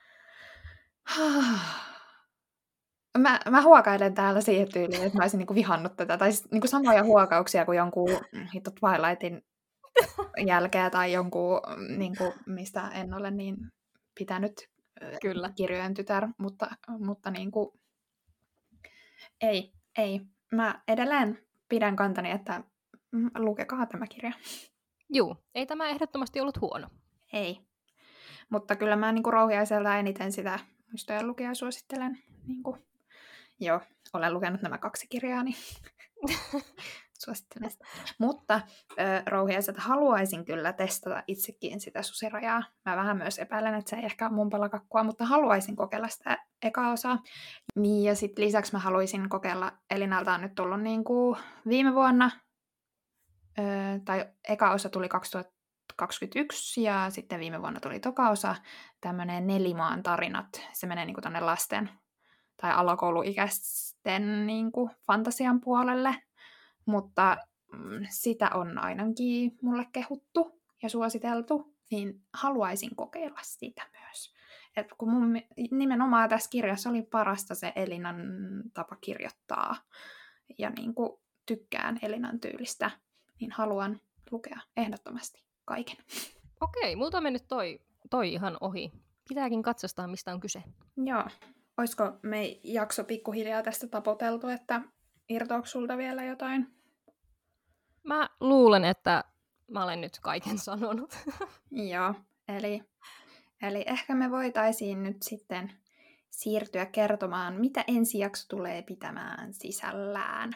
Mä huokailen täällä siihen tyyliin, että mä olisin niinku vihannut tätä, tai niinku samoja huokauksia kuin jonkun Twilightin jälkeä, tai jonkun, niinku, mistä en ole niin pitänyt Kyllä. kirjojen tytär, mutta niinku, ei. Mä edelleen pidän kantani, että lukekaa tämä kirja. Juu, ei tämä ehdottomasti ollut huono. Ei. Mutta kyllä mä niinku Rouhiaiselta eniten sitä muistojen lukijaa suosittelen. Niinku, joo, olen lukenut nämä 2 kirjaa, niin suosittelen sitä. Mutta Rouhiaiselta haluaisin kyllä testata itsekin sitä susirajaa. Mä vähän myös epäilen, että se ei ehkä ole mun palakakkua, mutta haluaisin kokeilla sitä eka osaa. Niin, ja sitten lisäksi mä haluaisin kokeilla, Elinalta on nyt tullut niinku viime vuonna, tai eka osa tuli 2021, ja sitten viime vuonna tuli toka osa, tämmönen Nelimaan tarinat. Se menee niinku tonne lasten tai alakouluikäisten niinku fantasian puolelle, mutta sitä on ainakin mulle kehuttu ja suositeltu, niin haluaisin kokeilla sitä myös. Et kun nimenomaan tässä kirjassa oli parasta se Elinan tapa kirjoittaa, ja niin kuin tykkään Elinan tyylistä, niin haluan lukea ehdottomasti kaiken. Okei, multa on mennyt toi ihan ohi. Pitääkin katsastaa, mistä on kyse. Joo. Olisiko me jakso pikkuhiljaa tästä tapoteltu, että irtoako sulta vielä jotain? Mä luulen, että mä olen nyt kaiken sanonut. Joo, eli ehkä me voitaisiin nyt sitten siirtyä kertomaan, mitä ensi jakso tulee pitämään sisällään.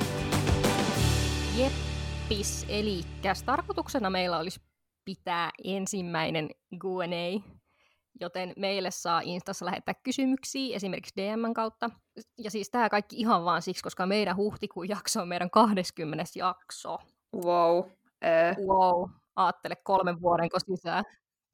Jeppis, elikkäs tarkoituksena meillä olisi pitää ensimmäinen Q&A, joten meille saa Instassa lähettää kysymyksiä esimerkiksi DM:n kautta. Ja siis tää kaikki ihan vaan siksi, koska meidän huhtikuun jakso on meidän 20. jakso. Wow. Wow. Aattele 3 vuodenko sisään.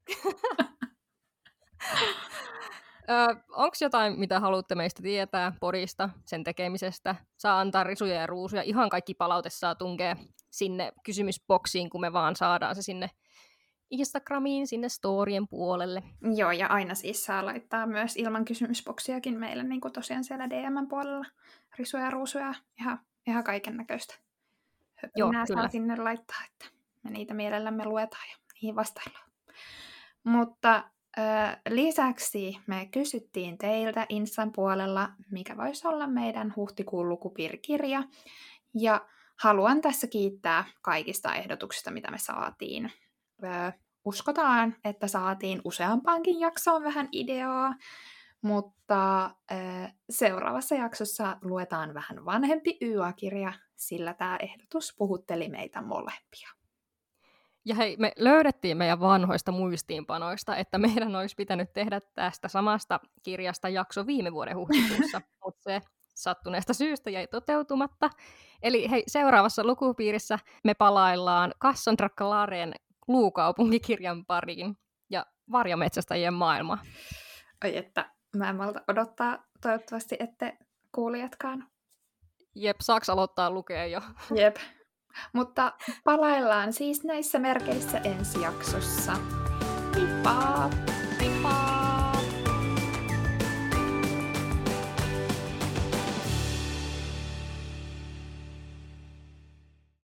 Onko jotain, mitä haluatte meistä tietää podista, sen tekemisestä? Saa antaa risuja ja ruusuja. Ihan kaikki palaute saa tunkea sinne kysymysboksiin, kun me vaan saadaan se sinne Instagramiin, sinne storien puolelle. Joo, ja aina siis saa laittaa myös ilman kysymysboksiakin meille niin kuin tosiaan siellä DM:n puolella risuja ja ruusuja. Ihan kaiken näköistä. Joo, Minä kyllä. saa sinne laittaa, että me niitä mielellämme luetaan ja niihin vastaillaan. Mutta lisäksi me kysyttiin teiltä Instan puolella, mikä voisi olla meidän huhtikuun lukupiirikirja. Ja haluan tässä kiittää kaikista ehdotuksista, mitä me saatiin. Uskotaan, että saatiin useampaankin jaksoon vähän ideaa, mutta seuraavassa jaksossa luetaan vähän vanhempi YA-kirja, sillä tämä ehdotus puhutteli meitä molempia. Ja hei, me löydettiin meidän vanhoista muistiinpanoista, että meidän olisi pitänyt tehdä tästä samasta kirjasta jakso viime vuoden huhtikuussa, mutta se sattuneesta syystä jäi toteutumatta. Eli hei, seuraavassa lukupiirissä me palaillaan Cassandra Claren Luukaupunkikirjan pariin ja Varjometsästäjien maailma. Oi, että mä en malta odottaa. Toivottavasti ette kuulijatkaan. Jep, saaks aloittaa lukea jo? Jep. Mutta palaillaan siis näissä merkeissä ensi jaksossa. Heippa!